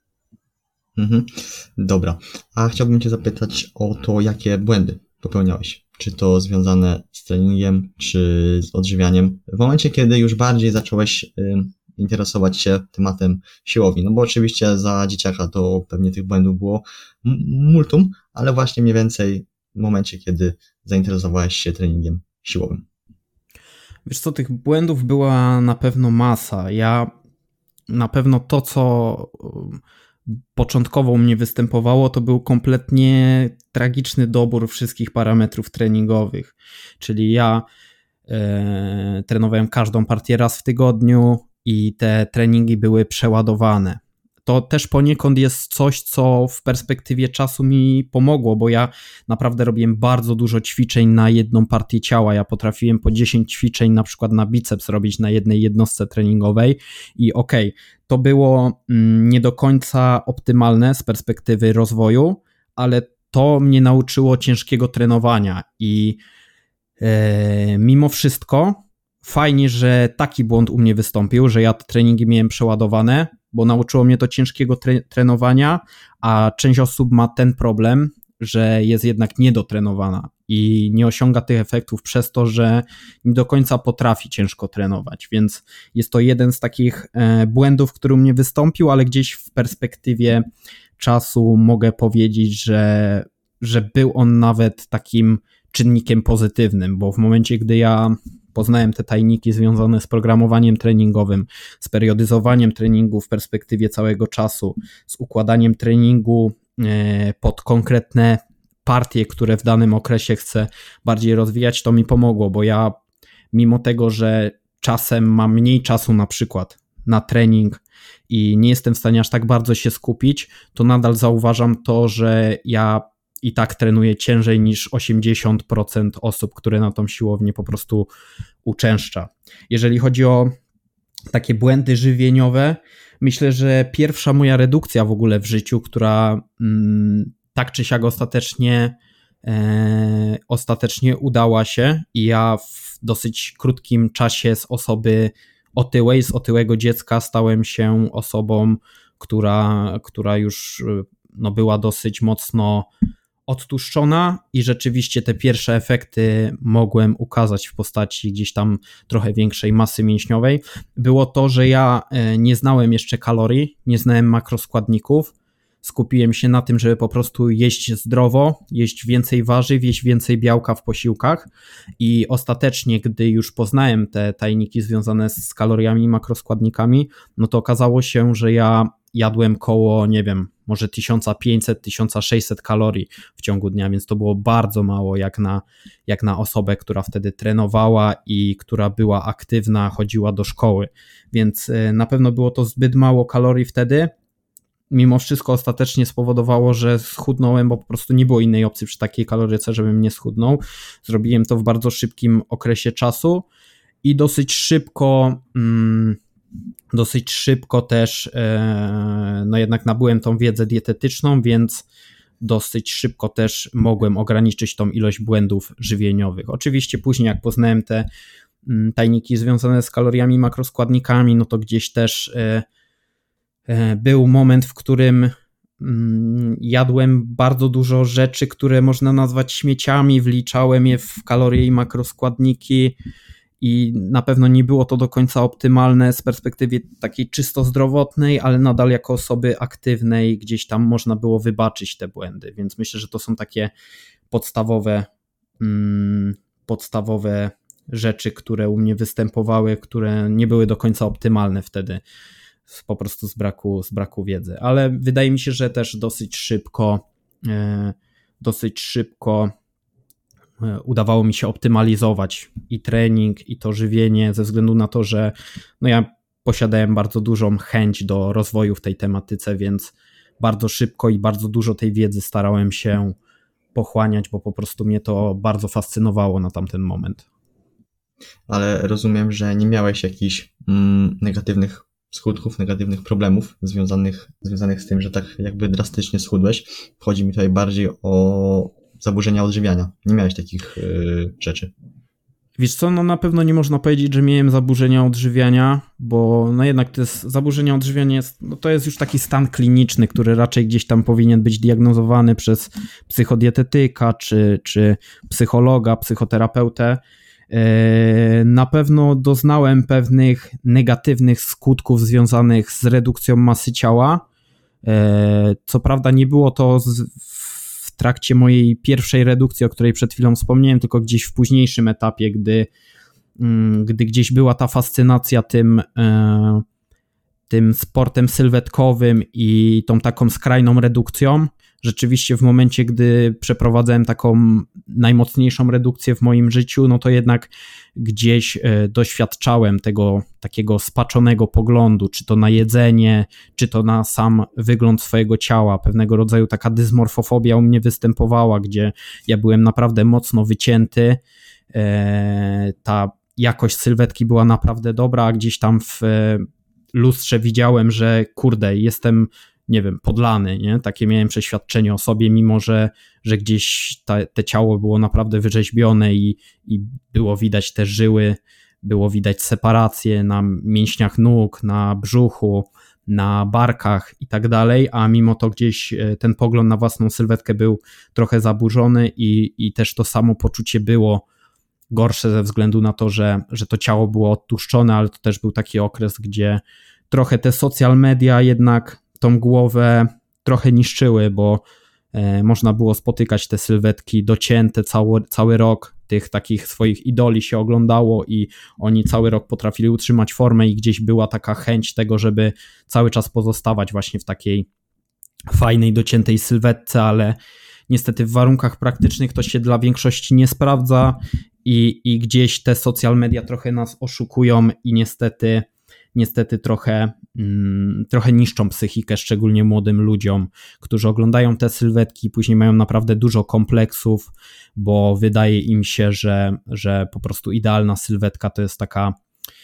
Mhm. Dobra, a chciałbym Cię zapytać o to, jakie błędy popełniałeś. Czy to związane z treningiem, czy z odżywianiem. W momencie, kiedy już bardziej zacząłeś y, interesować się tematem siłowni. No bo oczywiście za dzieciaka to pewnie tych błędów było multum, ale właśnie mniej więcej w momencie, kiedy zainteresowałeś się treningiem siłowym. Wiesz co, tych błędów była na pewno masa. Ja na pewno to, co początkowo u mnie występowało, to był kompletnie tragiczny dobór wszystkich parametrów treningowych. Czyli ja e, trenowałem każdą partię raz w tygodniu i te treningi były przeładowane. To też poniekąd jest coś, co w perspektywie czasu mi pomogło, bo ja naprawdę robiłem bardzo dużo ćwiczeń na jedną partię ciała. Ja potrafiłem po dziesięć ćwiczeń na przykład na biceps robić na jednej jednostce treningowej i okej, okay, to było nie do końca optymalne z perspektywy rozwoju, ale to mnie nauczyło ciężkiego trenowania i e, mimo wszystko fajnie, że taki błąd u mnie wystąpił, że ja te treningi miałem przeładowane, bo nauczyło mnie to ciężkiego tre- trenowania, a część osób ma ten problem, że jest jednak niedotrenowana i nie osiąga tych efektów przez to, że nie do końca potrafi ciężko trenować, więc jest to jeden z takich e, błędów, który u mnie wystąpił, ale gdzieś w perspektywie czasu mogę powiedzieć, że, że był on nawet takim czynnikiem pozytywnym, bo w momencie, gdy ja poznałem te tajniki związane z programowaniem treningowym, z periodyzowaniem treningu w perspektywie całego czasu, z układaniem treningu pod konkretne partie, które w danym okresie chcę bardziej rozwijać, to mi pomogło, bo ja mimo tego, że czasem mam mniej czasu na przykład na trening i nie jestem w stanie aż tak bardzo się skupić, to nadal zauważam to, że ja i tak trenuję ciężej niż osiemdziesiąt procent osób, które na tą siłownię po prostu uczęszcza. Jeżeli chodzi o takie błędy żywieniowe, myślę, że pierwsza moja redukcja w ogóle w życiu, która mm, tak czy siak ostatecznie, e, ostatecznie udała się i ja w dosyć krótkim czasie z osoby otyłej, z otyłego dziecka stałem się osobą, która, która już no, była dosyć mocno odtłuszczona i rzeczywiście te pierwsze efekty mogłem ukazać w postaci gdzieś tam trochę większej masy mięśniowej. Było to, że ja nie znałem jeszcze kalorii, nie znałem makroskładników, skupiłem się na tym, żeby po prostu jeść zdrowo, jeść więcej warzyw, jeść więcej białka w posiłkach i ostatecznie, gdy już poznałem te tajniki związane z kaloriami i makroskładnikami, no to okazało się, że ja jadłem koło, nie wiem, może tysiąc pięćset do tysiąc sześćset kalorii w ciągu dnia, więc to było bardzo mało jak na, jak na osobę, która wtedy trenowała i która była aktywna, chodziła do szkoły, więc na pewno było to zbyt mało kalorii wtedy. Mimo wszystko ostatecznie spowodowało, że schudnąłem, bo po prostu nie było innej opcji przy takiej kaloryce, żebym nie schudnął. Zrobiłem to w bardzo szybkim okresie czasu i dosyć szybko mm, dosyć szybko też no jednak nabyłem tą wiedzę dietetyczną, więc dosyć szybko też mogłem ograniczyć tą ilość błędów żywieniowych. Oczywiście później jak poznałem te tajniki związane z kaloriami, makroskładnikami, no to gdzieś też był moment, w którym jadłem bardzo dużo rzeczy, które można nazwać śmieciami, wliczałem je w kalorie i makroskładniki i na pewno nie było to do końca optymalne z perspektywy takiej czysto zdrowotnej, ale nadal jako osoby aktywnej gdzieś tam można było wybaczyć te błędy, więc myślę, że to są takie podstawowe mm, podstawowe rzeczy, które u mnie występowały, które nie były do końca optymalne wtedy po prostu z braku, z braku wiedzy, ale wydaje mi się, że też dosyć szybko dosyć szybko udawało mi się optymalizować i trening, i to żywienie, ze względu na to, że no ja posiadałem bardzo dużą chęć do rozwoju w tej tematyce, więc bardzo szybko i bardzo dużo tej wiedzy starałem się pochłaniać, bo po prostu mnie to bardzo fascynowało na tamten moment. Ale rozumiem, że nie miałeś jakichś mm, negatywnych skutków, negatywnych problemów związanych, związanych z tym, że tak jakby drastycznie schudłeś. Chodzi mi tutaj bardziej o zaburzenia odżywiania. Nie miałeś takich yy, rzeczy. Wiesz co, no na pewno nie można powiedzieć, że miałem zaburzenia odżywiania, bo no jednak to jest, zaburzenia odżywiania jest, no to jest już taki stan kliniczny, który raczej gdzieś tam powinien być diagnozowany przez psychodietetyka, czy, czy psychologa, psychoterapeutę. Na pewno doznałem pewnych negatywnych skutków związanych z redukcją masy ciała. Co prawda nie było to w trakcie mojej pierwszej redukcji, o której przed chwilą wspomniałem, tylko gdzieś w późniejszym etapie, gdy, gdy gdzieś była ta fascynacja tym, tym sportem sylwetkowym i tą taką skrajną redukcją. Rzeczywiście w momencie, gdy przeprowadzałem taką najmocniejszą redukcję w moim życiu, no to jednak gdzieś doświadczałem tego takiego spaczonego poglądu, czy to na jedzenie, czy to na sam wygląd swojego ciała. Pewnego rodzaju taka dysmorfofobia u mnie występowała, gdzie ja byłem naprawdę mocno wycięty. Ta jakość sylwetki była naprawdę dobra, a gdzieś tam w lustrze widziałem, że kurde, jestem nie wiem, podlany, nie? Takie miałem przeświadczenie o sobie, mimo że, że gdzieś ta, te ciało było naprawdę wyrzeźbione i, i było widać te żyły, było widać separacje na mięśniach nóg, na brzuchu, na barkach i tak dalej, a mimo to gdzieś ten pogląd na własną sylwetkę był trochę zaburzony i, i też to samopoczucie było gorsze ze względu na to, że, że to ciało było odtłuszczone, ale to też był taki okres, gdzie trochę te social media jednak tą głowę trochę niszczyły, bo e, można było spotykać te sylwetki docięte cały, cały rok, tych takich swoich idoli się oglądało i oni cały rok potrafili utrzymać formę i gdzieś była taka chęć tego, żeby cały czas pozostawać właśnie w takiej fajnej, dociętej sylwetce, ale niestety w warunkach praktycznych to się dla większości nie sprawdza i, i gdzieś te social media trochę nas oszukują i niestety niestety trochę, mm, trochę niszczą psychikę, szczególnie młodym ludziom, którzy oglądają te sylwetki i później mają naprawdę dużo kompleksów, bo wydaje im się, że, że po prostu idealna sylwetka to jest taka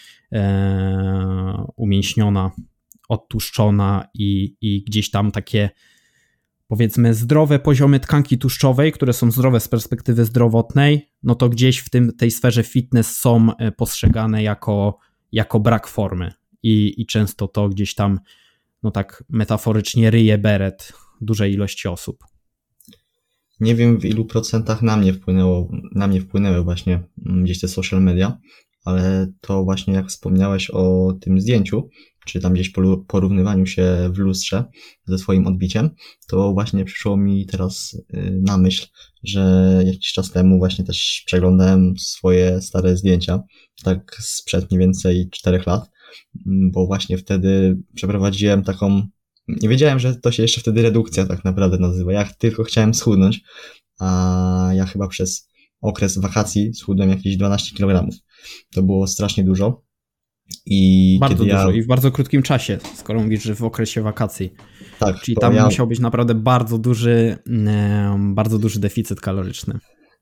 e, umięśniona, odtłuszczona i, i gdzieś tam takie powiedzmy zdrowe poziomy tkanki tłuszczowej, które są zdrowe z perspektywy zdrowotnej, no to gdzieś w tym, tej sferze fitness są postrzegane jako, jako brak formy. I, i często to gdzieś tam, no tak metaforycznie ryje beret dużej ilości osób. Nie wiem, w ilu procentach na mnie wpłynęło, na mnie wpłynęły właśnie gdzieś te social media, ale to właśnie jak wspomniałeś o tym zdjęciu, czy tam gdzieś porównywaniu się w lustrze ze swoim odbiciem, to właśnie przyszło mi teraz na myśl, że jakiś czas temu właśnie też przeglądałem swoje stare zdjęcia, tak sprzed mniej więcej czterech lat, bo właśnie wtedy przeprowadziłem taką, nie wiedziałem, że to się jeszcze wtedy redukcja tak naprawdę nazywa, ja tylko chciałem schudnąć, a ja chyba przez okres wakacji schudłem jakieś dwanaście kilogramów. To było strasznie dużo. I bardzo kiedy dużo ja... i w bardzo krótkim czasie, skoro mówisz, że w okresie wakacji. Tak, czyli tam ja... musiał być naprawdę bardzo duży, bardzo duży deficyt kaloryczny.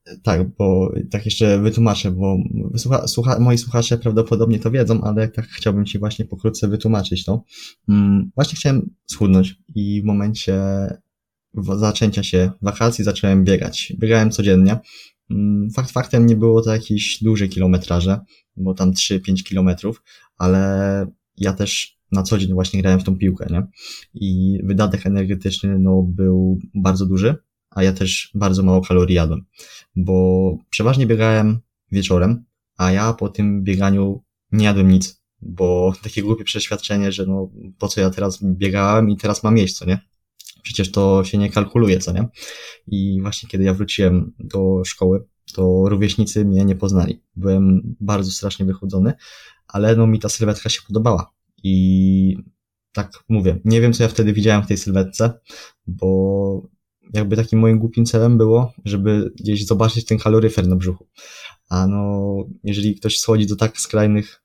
Tak, bo tak jeszcze wytłumaczę, bo słucha, słucha, moi słuchacze prawdopodobnie to wiedzą, ale tak chciałbym Ci właśnie pokrótce wytłumaczyć to. Mm, właśnie chciałem schudnąć i w momencie zaczęcia się wakacji zacząłem biegać. Biegałem codziennie. Fakt faktem nie było to jakieś duże kilometraże, bo tam trzy pięć kilometrów, ale ja też na co dzień właśnie grałem w tą piłkę, nie? I wydatek energetyczny no, był bardzo duży, a ja też bardzo mało kalorii jadłem, bo przeważnie biegałem wieczorem, a ja po tym bieganiu nie jadłem nic, bo takie głupie przeświadczenie, że no po co ja teraz biegałem i teraz mam jeść, co nie? Przecież to się nie kalkuluje, co nie? I właśnie kiedy ja wróciłem do szkoły, to rówieśnicy mnie nie poznali. Byłem bardzo strasznie wychudzony, ale no mi ta sylwetka się podobała. I tak mówię, nie wiem co ja wtedy widziałem w tej sylwetce, bo jakby takim moim głupim celem było, żeby gdzieś zobaczyć ten kaloryfer na brzuchu. A no, jeżeli ktoś schodzi do tak skrajnych,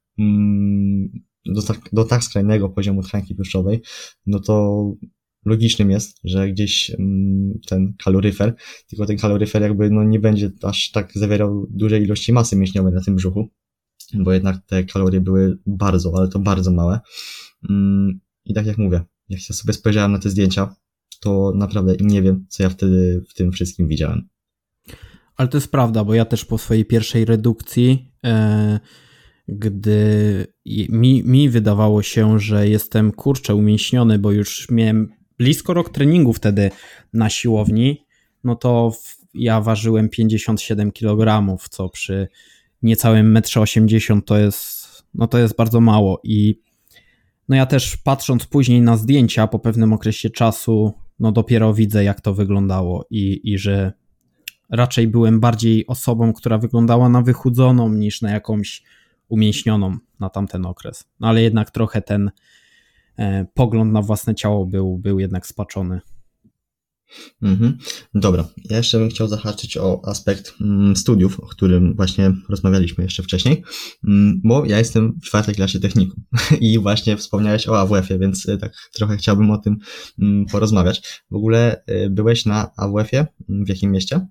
do tak, do tak skrajnego poziomu tkanki tłuszczowej, no to logicznym jest, że gdzieś ten kaloryfer, tylko ten kaloryfer jakby no nie będzie aż tak zawierał dużej ilości masy mięśniowej na tym brzuchu, bo jednak te kalorie były bardzo, ale to bardzo małe. I tak jak mówię, jak się sobie spojrzałem na te zdjęcia, to naprawdę nie wiem, co ja wtedy w tym wszystkim widziałem. Ale to jest prawda, bo ja też po swojej pierwszej redukcji, e, gdy mi, mi wydawało się, że jestem kurczę umięśniony, bo już miałem blisko rok treningu wtedy na siłowni, no to w, ja ważyłem pięćdziesiąt siedem kilogramów, co przy niecałym metr osiemdziesiąt m to jest, no to jest bardzo mało i no ja też patrząc później na zdjęcia po pewnym okresie czasu, no dopiero widzę jak to wyglądało i, i że raczej byłem bardziej osobą, która wyglądała na wychudzoną niż na jakąś umięśnioną na tamten okres. No ale jednak trochę ten e, pogląd na własne ciało był, był jednak spaczony. Mhm. Dobra, ja jeszcze bym chciał zahaczyć o aspekt mm, studiów, o którym właśnie rozmawialiśmy jeszcze wcześniej, mm, bo ja jestem w czwartej klasie technikum i właśnie wspomniałeś o A W F-ie, więc y, tak trochę chciałbym o tym mm, porozmawiać. W ogóle y, byłeś na A W F-ie? W jakim mieście?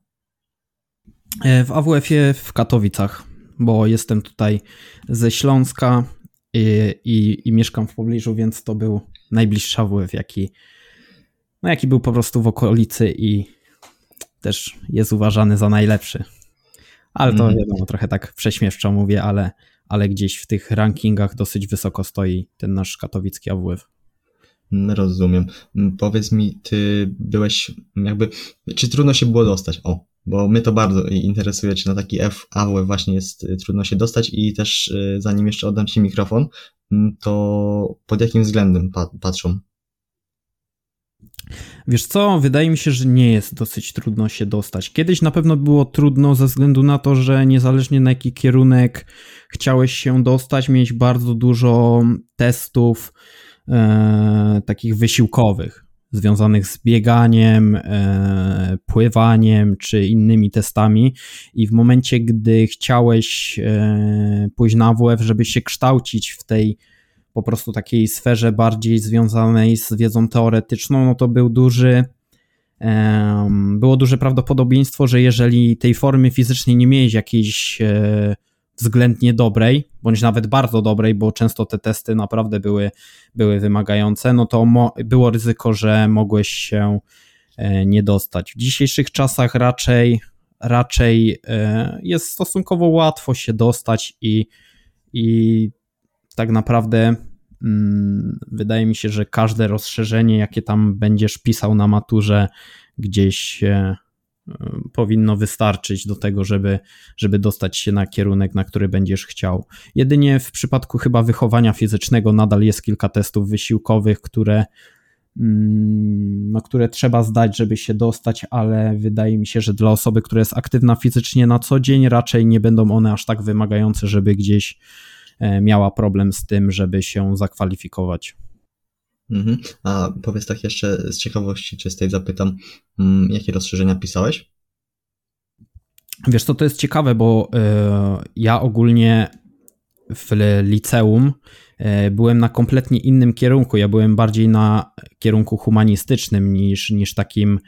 W A W F-ie w Katowicach, bo jestem tutaj ze Śląska i, i, i mieszkam w pobliżu, więc to był najbliższy A W F, jaki No jaki był po prostu w okolicy i też jest uważany za najlepszy. Ale to wiadomo, trochę tak prześmiewczo mówię, ale, ale gdzieś w tych rankingach dosyć wysoko stoi ten nasz katowicki A W F. Rozumiem. Powiedz mi, ty byłeś jakby, czy trudno się było dostać? O, bo mnie to bardzo interesuje, czy na taki F, A W F właśnie jest trudno się dostać i też zanim jeszcze oddam ci mikrofon, to pod jakim względem patrzą? Wiesz co, wydaje mi się, że nie jest dosyć trudno się dostać. Kiedyś na pewno było trudno ze względu na to, że niezależnie na jaki kierunek chciałeś się dostać, mieć bardzo dużo testów e, takich wysiłkowych, związanych z bieganiem, e, pływaniem czy innymi testami i w momencie, gdy chciałeś e, pójść na A W F, żeby się kształcić w tej po prostu takiej sferze bardziej związanej z wiedzą teoretyczną, no to był duży, um, było duże prawdopodobieństwo, że jeżeli tej formy fizycznej nie miałeś jakiejś e, względnie dobrej, bądź nawet bardzo dobrej, bo często te testy naprawdę były, były wymagające, no to mo- było ryzyko, że mogłeś się e, nie dostać. W dzisiejszych czasach raczej, raczej e, jest stosunkowo łatwo się dostać i, i tak naprawdę hmm, wydaje mi się, że każde rozszerzenie, jakie tam będziesz pisał na maturze, gdzieś e, powinno wystarczyć do tego, żeby, żeby dostać się na kierunek, na który będziesz chciał. Jedynie w przypadku chyba wychowania fizycznego nadal jest kilka testów wysiłkowych, które, hmm, no, które trzeba zdać, żeby się dostać, ale wydaje mi się, że dla osoby, która jest aktywna fizycznie na co dzień, raczej nie będą one aż tak wymagające, żeby gdzieś miała problem z tym, żeby się zakwalifikować. Mhm. A powiedz tak jeszcze z ciekawości czystej zapytam, jakie rozszerzenia pisałeś? Wiesz co, to jest ciekawe, bo y, ja ogólnie w liceum y, byłem na kompletnie innym kierunku. Ja byłem bardziej na kierunku humanistycznym niż, niż takim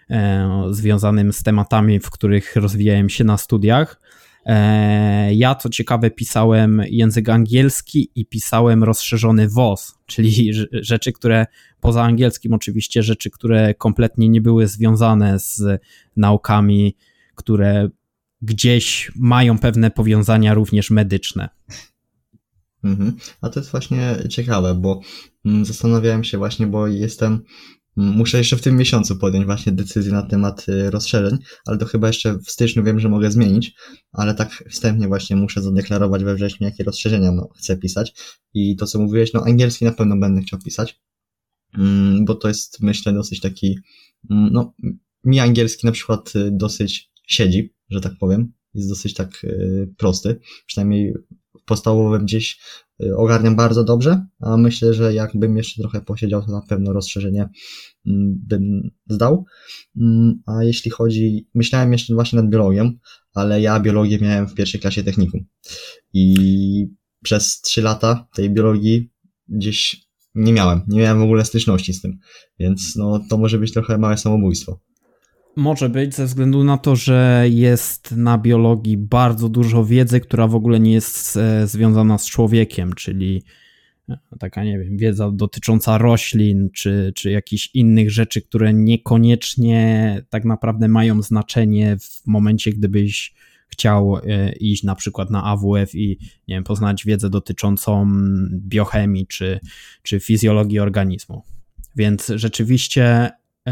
związanym z tematami, w których rozwijałem się na studiach. Ja, co ciekawe, pisałem język angielski i pisałem rozszerzony W O S, czyli rzeczy, które poza angielskim oczywiście, rzeczy, które kompletnie nie były związane z naukami, które gdzieś mają pewne powiązania również medyczne. Mhm. A to jest właśnie ciekawe, bo zastanawiałem się właśnie, bo jestem, muszę jeszcze w tym miesiącu podjąć właśnie decyzję na temat rozszerzeń, ale to chyba jeszcze w styczniu wiem, że mogę zmienić, ale tak wstępnie właśnie muszę zadeklarować we wrześniu, jakie rozszerzenia no, chcę pisać. I to, co mówiłeś, no angielski na pewno będę chciał pisać, bo to jest, myślę, dosyć taki, no mi angielski na przykład dosyć siedzi, że tak powiem, jest dosyć tak prosty, przynajmniej w podstawowym gdzieś ogarniam bardzo dobrze, a myślę, że jakbym jeszcze trochę posiedział, to na pewno rozszerzenie bym zdał. A jeśli chodzi, myślałem jeszcze właśnie nad biologią, ale ja biologię miałem w pierwszej klasie technikum i przez trzy lata tej biologii gdzieś nie miałem, nie miałem w ogóle styczności z tym, więc no to może być trochę małe samobójstwo. Może być, ze względu na to, że jest na biologii bardzo dużo wiedzy, która w ogóle nie jest związana z człowiekiem, czyli taka, nie wiem, wiedza dotycząca roślin, czy, czy jakichś innych rzeczy, które niekoniecznie tak naprawdę mają znaczenie w momencie, gdybyś chciał iść na przykład na A W F i, nie wiem, poznać wiedzę dotyczącą biochemii, czy, czy fizjologii organizmu. Więc rzeczywiście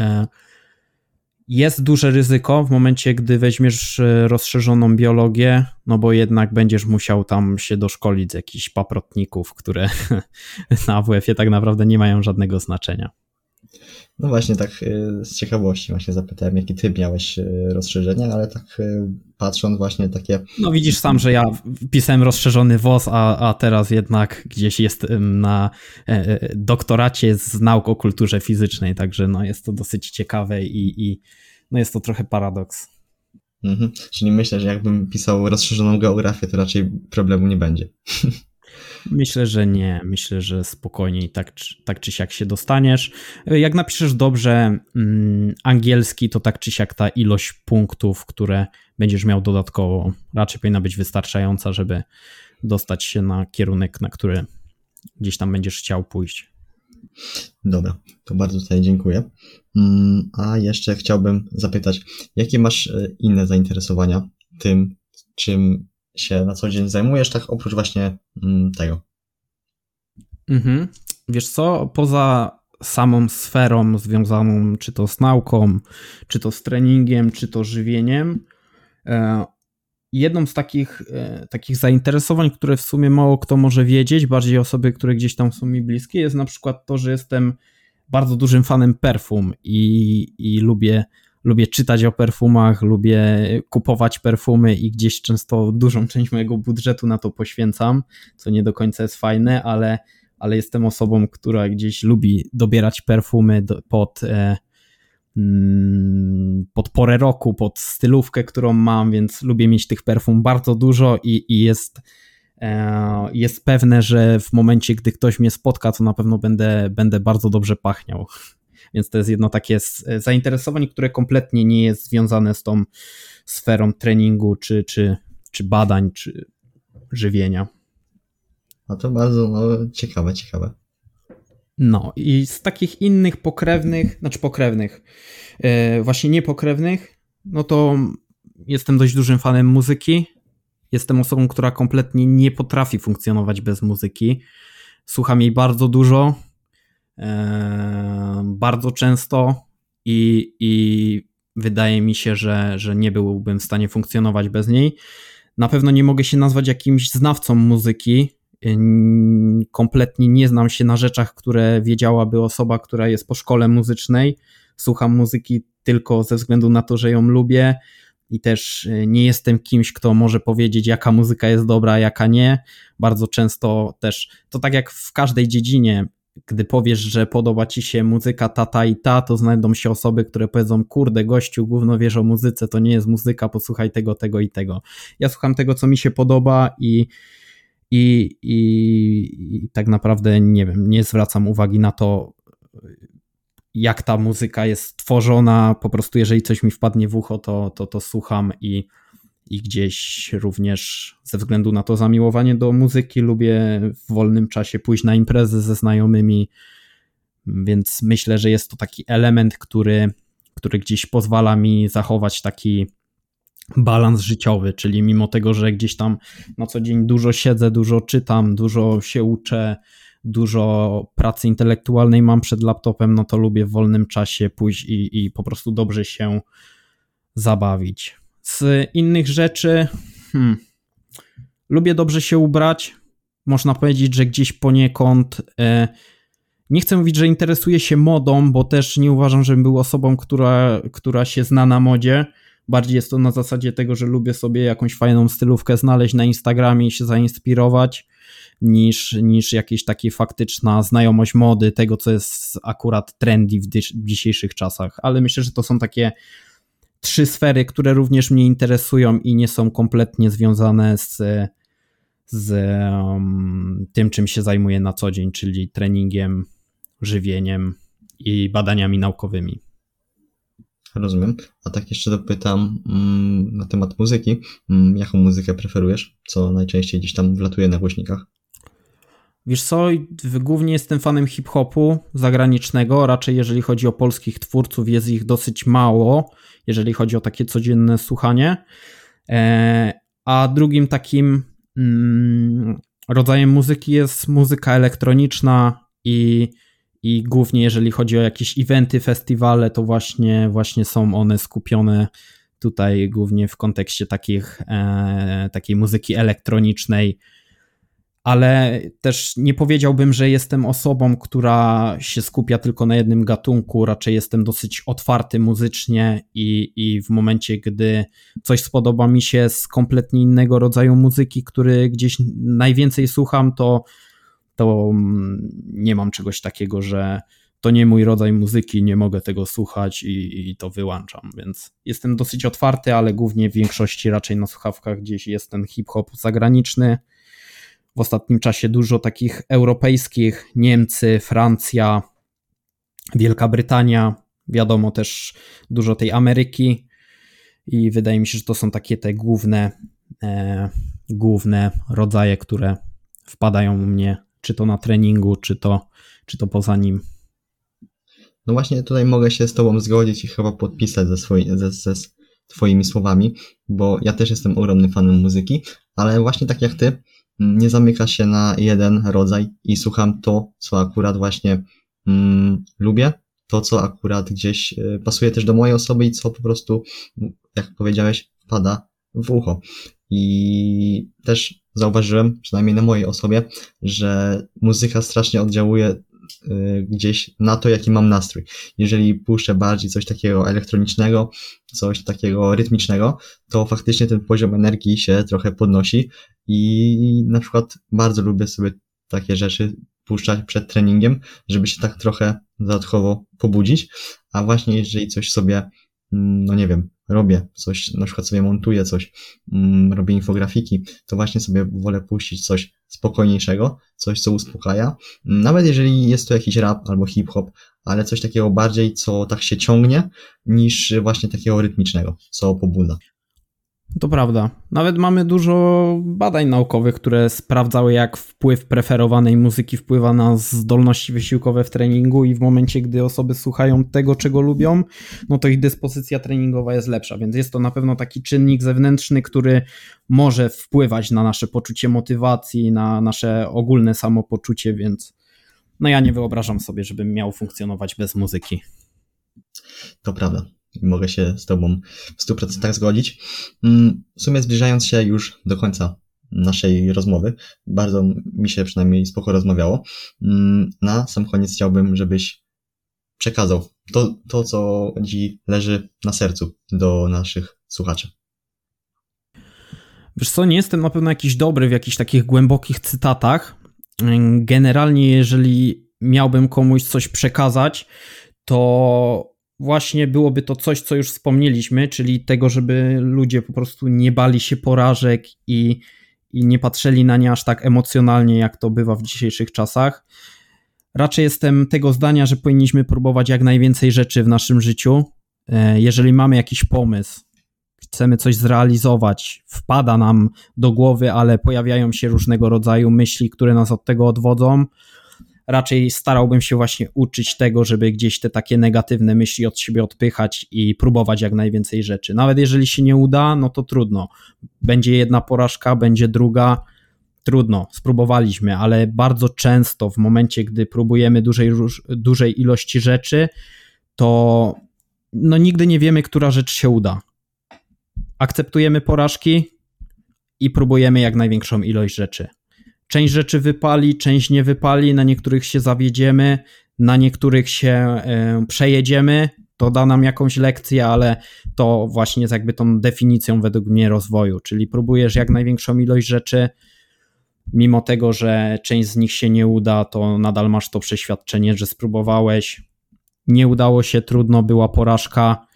jest duże ryzyko w momencie, gdy weźmiesz rozszerzoną biologię, no bo jednak będziesz musiał tam się doszkolić z jakichś paprotników, które na A W F-ie tak naprawdę nie mają żadnego znaczenia. No właśnie tak z ciekawości właśnie zapytałem, jaki ty miałeś rozszerzenia, ale tak patrząc właśnie takie... No widzisz sam, że ja pisałem rozszerzony W O S, a, a teraz jednak gdzieś jestem na doktoracie z nauk o kulturze fizycznej, także no jest to dosyć ciekawe i, i no jest to trochę paradoks. Mhm. Czyli myślę, że jakbym pisał rozszerzoną geografię, to raczej problemu nie będzie. Myślę, że nie. Myślę, że spokojniej tak, tak czy siak się dostaniesz. Jak napiszesz dobrze mm, angielski, to tak czy siak ta ilość punktów, które będziesz miał dodatkowo, raczej powinna być wystarczająca, żeby dostać się na kierunek, na który gdzieś tam będziesz chciał pójść. Dobra, to bardzo tutaj dziękuję. A jeszcze chciałbym zapytać, jakie masz inne zainteresowania tym, czym się na co dzień zajmujesz, tak oprócz właśnie tego? Mhm. Wiesz co, poza samą sferą związaną czy to z nauką, czy to z treningiem, czy to żywieniem, jedną z takich, takich zainteresowań, które w sumie mało kto może wiedzieć, bardziej osoby, które gdzieś tam są mi bliskie, jest na przykład to, że jestem bardzo dużym fanem perfum i, i lubię Lubię czytać o perfumach, lubię kupować perfumy i gdzieś często dużą część mojego budżetu na to poświęcam, co nie do końca jest fajne, ale, ale jestem osobą, która gdzieś lubi dobierać perfumy do, pod, e, mm, pod porę roku, pod stylówkę, którą mam, więc lubię mieć tych perfum bardzo dużo i, i jest, e, jest pewne, że w momencie, gdy ktoś mnie spotka, to na pewno będę, będę bardzo dobrze pachniał. Więc to jest jedno takie zainteresowanie, które kompletnie nie jest związane z tą sferą treningu, czy, czy, czy badań, czy żywienia. No to bardzo no, ciekawe, ciekawe. No i z takich innych pokrewnych, znaczy pokrewnych, yy, właśnie niepokrewnych, no to jestem dość dużym fanem muzyki. Jestem osobą, która kompletnie nie potrafi funkcjonować bez muzyki. Słucham jej bardzo dużo. Bardzo często i, i wydaje mi się, że, że nie byłbym w stanie funkcjonować bez niej. Na pewno nie mogę się nazwać jakimś znawcą muzyki. Kompletnie nie znam się na rzeczach, które wiedziałaby osoba, która jest po szkole muzycznej. Słucham muzyki tylko ze względu na to, że ją lubię i też nie jestem kimś, kto może powiedzieć, jaka muzyka jest dobra, a jaka nie. Bardzo często też, to tak jak w każdej dziedzinie, gdy powiesz, że podoba ci się muzyka ta, ta i ta, to znajdą się osoby, które powiedzą, kurde gościu, gówno wiesz o muzyce, to nie jest muzyka, posłuchaj tego, tego i tego. Ja słucham tego, co mi się podoba i, i, i, i tak naprawdę nie wiem, nie zwracam uwagi na to, jak ta muzyka jest tworzona, po prostu jeżeli coś mi wpadnie w ucho, to, to, to słucham i, i gdzieś również ze względu na to zamiłowanie do muzyki lubię w wolnym czasie pójść na imprezy ze znajomymi, więc myślę, że jest to taki element, który, który gdzieś pozwala mi zachować taki balans życiowy, czyli mimo tego, że gdzieś tam na co dzień dużo siedzę, dużo czytam, dużo się uczę, dużo pracy intelektualnej mam przed laptopem, no to lubię w wolnym czasie pójść i, i po prostu dobrze się zabawić. Z innych rzeczy hmm, lubię dobrze się ubrać. Można powiedzieć, że gdzieś poniekąd e, nie chcę mówić, że interesuję się modą, bo też nie uważam, żebym był osobą, która, która się zna na modzie. Bardziej jest to na zasadzie tego, że lubię sobie jakąś fajną stylówkę znaleźć na Instagramie i się zainspirować, niż, niż jakaś taka faktyczna znajomość mody, tego co jest akurat trendy w, dysz, w dzisiejszych czasach. Ale myślę, że to są takie trzy sfery, które również mnie interesują i nie są kompletnie związane z, z um, tym, czym się zajmuję na co dzień, czyli treningiem, żywieniem i badaniami naukowymi. Rozumiem. A tak jeszcze dopytam mm, na temat muzyki. Mm, jaką muzykę preferujesz? Co najczęściej gdzieś tam wlatuje na głośnikach? Wiesz co, głównie jestem fanem hip-hopu zagranicznego, raczej jeżeli chodzi o polskich twórców jest ich dosyć mało, jeżeli chodzi o takie codzienne słuchanie. E, a drugim takim mm, rodzajem muzyki jest muzyka elektroniczna i I głównie jeżeli chodzi o jakieś eventy, festiwale, to właśnie, właśnie są one skupione tutaj głównie w kontekście takich, e, takiej muzyki elektronicznej, ale też nie powiedziałbym, że jestem osobą, która się skupia tylko na jednym gatunku, raczej jestem dosyć otwarty muzycznie i, i w momencie, gdy coś spodoba mi się z kompletnie innego rodzaju muzyki, który gdzieś najwięcej słucham, to to nie mam czegoś takiego, że to nie mój rodzaj muzyki, nie mogę tego słuchać i, i to wyłączam, więc jestem dosyć otwarty, ale głównie w większości raczej na słuchawkach gdzieś jest ten hip-hop zagraniczny. W ostatnim czasie dużo takich europejskich, Niemcy, Francja, Wielka Brytania, wiadomo też dużo tej Ameryki i wydaje mi się, że to są takie te główne, e, główne rodzaje, które wpadają u mnie czy to na treningu, czy to, czy to poza nim. No właśnie tutaj mogę się z tobą zgodzić i chyba podpisać ze, swoi, ze, ze twoimi słowami, bo ja też jestem ogromnym fanem muzyki, ale właśnie tak jak ty, nie zamyka się na jeden rodzaj i słucham to, co akurat właśnie mm, lubię, to, co akurat gdzieś y, pasuje też do mojej osoby i co po prostu, jak powiedziałeś, wpada w ucho. I też zauważyłem, przynajmniej na mojej osobie, że muzyka strasznie oddziałuje y, gdzieś na to, jaki mam nastrój. Jeżeli puszczę bardziej coś takiego elektronicznego, coś takiego rytmicznego, to faktycznie ten poziom energii się trochę podnosi i na przykład bardzo lubię sobie takie rzeczy puszczać przed treningiem, żeby się tak trochę dodatkowo pobudzić, a właśnie jeżeli coś sobie, no nie wiem, robię coś, na przykład sobie montuję coś, mm, robię infografiki, to właśnie sobie wolę puścić coś spokojniejszego, coś, co uspokaja. Nawet jeżeli jest to jakiś rap albo hip-hop, ale coś takiego bardziej, co tak się ciągnie, niż właśnie takiego rytmicznego, co pobudza. To prawda. Nawet mamy dużo badań naukowych, które sprawdzały, jak wpływ preferowanej muzyki wpływa na zdolności wysiłkowe w treningu i w momencie, gdy osoby słuchają tego, czego lubią, no to ich dyspozycja treningowa jest lepsza, więc jest to na pewno taki czynnik zewnętrzny, który może wpływać na nasze poczucie motywacji, na nasze ogólne samopoczucie, więc no ja nie wyobrażam sobie, żebym miał funkcjonować bez muzyki. To prawda. Mogę się z tobą w stu procentach zgodzić. W sumie zbliżając się już do końca naszej rozmowy, bardzo mi się przynajmniej spoko rozmawiało. Na sam koniec chciałbym, żebyś przekazał to, to co ci leży na sercu do naszych słuchaczy. Wiesz co, nie jestem na pewno jakiś dobry w jakichś takich głębokich cytatach. Generalnie jeżeli miałbym komuś coś przekazać, to właśnie byłoby to coś, co już wspomnieliśmy, czyli tego, żeby ludzie po prostu nie bali się porażek i, i nie patrzyli na nie aż tak emocjonalnie, jak to bywa w dzisiejszych czasach. raczej jestem tego zdania, że powinniśmy próbować jak najwięcej rzeczy w naszym życiu. Jeżeli mamy jakiś pomysł, chcemy coś zrealizować, wpada nam do głowy, ale pojawiają się różnego rodzaju myśli, które nas od tego odwodzą, raczej starałbym się właśnie uczyć tego, żeby gdzieś te takie negatywne myśli od siebie odpychać i próbować jak najwięcej rzeczy. Nawet jeżeli się nie uda, no to trudno. Będzie jedna porażka, będzie druga, trudno, spróbowaliśmy, ale bardzo często w momencie, gdy próbujemy dużej, dużej ilości rzeczy, to no nigdy nie wiemy, która rzecz się uda. Akceptujemy porażki i próbujemy jak największą ilość rzeczy. Część rzeczy wypali, część nie wypali, na niektórych się zawiedziemy, na niektórych się y, przejedziemy, to da nam jakąś lekcję, ale to właśnie jest jakby tą definicją według mnie rozwoju, czyli próbujesz jak największą ilość rzeczy, mimo tego, że część z nich się nie uda, to nadal masz to przeświadczenie, że spróbowałeś, nie udało się, trudno, była porażka.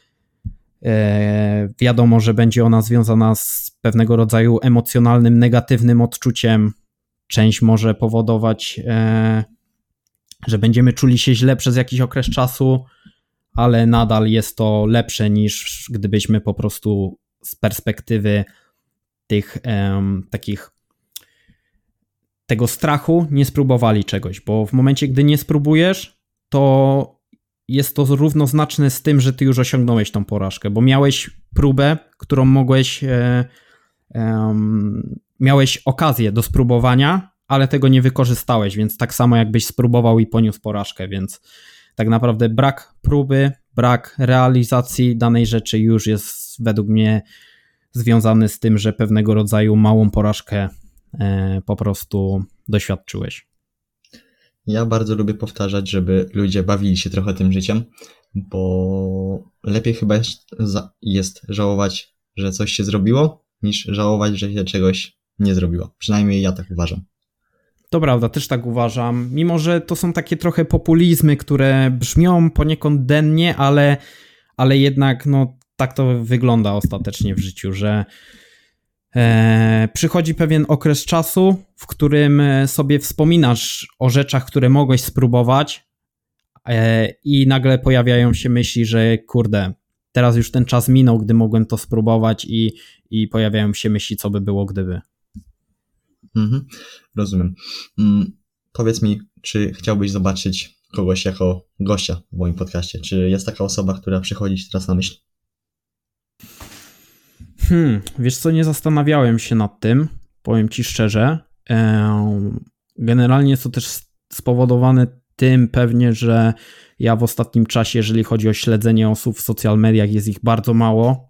E, wiadomo, że będzie ona związana z pewnego rodzaju emocjonalnym, negatywnym odczuciem. Część może powodować, e, że będziemy czuli się źle przez jakiś okres czasu, ale nadal jest to lepsze niż gdybyśmy po prostu z perspektywy tych e, takich tego strachu nie spróbowali czegoś, bo w momencie, gdy nie spróbujesz, to jest to równoznaczne z tym, że ty już osiągnąłeś tą porażkę, bo miałeś próbę, którą mogłeś, e, e, miałeś okazję do spróbowania, ale tego nie wykorzystałeś, więc tak samo jakbyś spróbował i poniósł porażkę, więc tak naprawdę brak próby, brak realizacji danej rzeczy już jest według mnie związany z tym, że pewnego rodzaju małą porażkę e, po prostu doświadczyłeś. Ja bardzo lubię powtarzać, żeby ludzie bawili się trochę tym życiem, bo lepiej chyba jest, jest żałować, że coś się zrobiło, niż żałować, że się czegoś nie zrobiło. Przynajmniej ja tak uważam. To prawda, też tak uważam. Mimo że to są takie trochę populizmy, które brzmią poniekąd dennie, ale, ale jednak no, tak to wygląda ostatecznie w życiu, że E, przychodzi pewien okres czasu, w którym sobie wspominasz o rzeczach, które mogłeś spróbować e, i nagle pojawiają się myśli, że kurde, teraz już ten czas minął, gdy mogłem to spróbować i, i pojawiają się myśli, co by było gdyby. Mhm, rozumiem. Mm, powiedz mi, czy chciałbyś zobaczyć kogoś jako gościa w moim podcaście? Czy jest taka osoba, która przychodzi ci teraz na myśl? Hmm, wiesz co, nie zastanawiałem się nad tym, powiem ci szczerze. Generalnie jest to też spowodowane tym pewnie, że ja w ostatnim czasie, jeżeli chodzi o śledzenie osób w social mediach, jest ich bardzo mało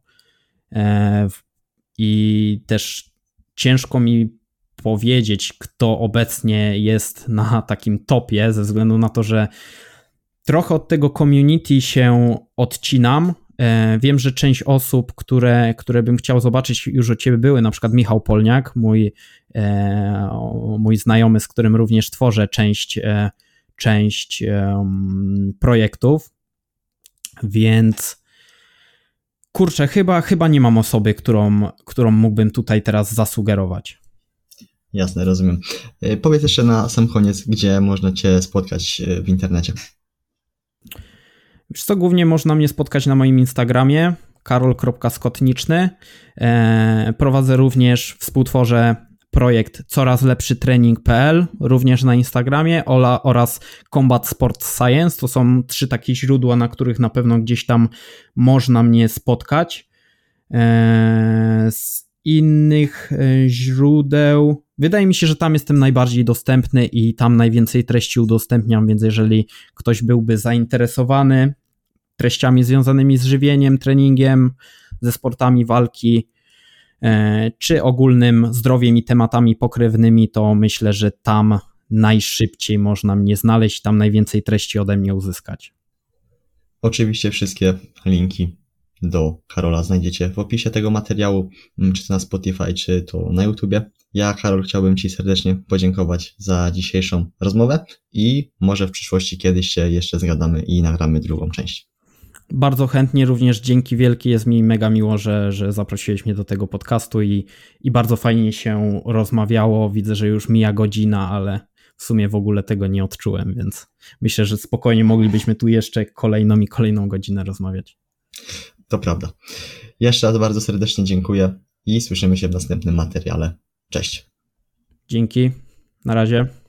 i też ciężko mi powiedzieć, kto obecnie jest na takim topie, ze względu na to, że trochę od tego community się odcinam. Wiem, że część osób, które, które bym chciał zobaczyć, już u ciebie były, na przykład Michał Polniak, mój, mój znajomy, z którym również tworzę część, część projektów, więc kurczę, chyba, chyba nie mam osoby, którą, którą mógłbym tutaj teraz zasugerować. Jasne, rozumiem. Powiedz jeszcze na sam koniec, gdzie można cię spotkać w internecie. Wiesz co, głównie można mnie spotkać na moim Instagramie karol kropka skotniczny. E, prowadzę również, współtworzę projekt coraz lepszy trening kropka p l, również na Instagramie ola, oraz Combat Sports Science. To są trzy takie źródła, na których na pewno gdzieś tam można mnie spotkać. E, z innych źródeł wydaje mi się, że tam jestem najbardziej dostępny i tam najwięcej treści udostępniam, więc jeżeli ktoś byłby zainteresowany treściami związanymi z żywieniem, treningiem, ze sportami walki, czy ogólnym zdrowiem i tematami pokrewnymi, to myślę, że tam najszybciej można mnie znaleźć, tam najwięcej treści ode mnie uzyskać. Oczywiście wszystkie linki do Karola znajdziecie w opisie tego materiału, czy to na Spotify, czy to na YouTubie. Ja, Karol, chciałbym Ci serdecznie podziękować za dzisiejszą rozmowę i może w przyszłości kiedyś się jeszcze zgadamy i nagramy drugą część. Bardzo chętnie, również dzięki wielkie, jest mi mega miło, że, że zaprosiłeś mnie do tego podcastu i, i bardzo fajnie się rozmawiało. Widzę, że już mija godzina, ale w sumie w ogóle tego nie odczułem, więc myślę, że spokojnie moglibyśmy tu jeszcze kolejną i kolejną godzinę rozmawiać. To prawda. Jeszcze raz bardzo serdecznie dziękuję i słyszymy się w następnym materiale. Cześć. Dzięki. Na razie.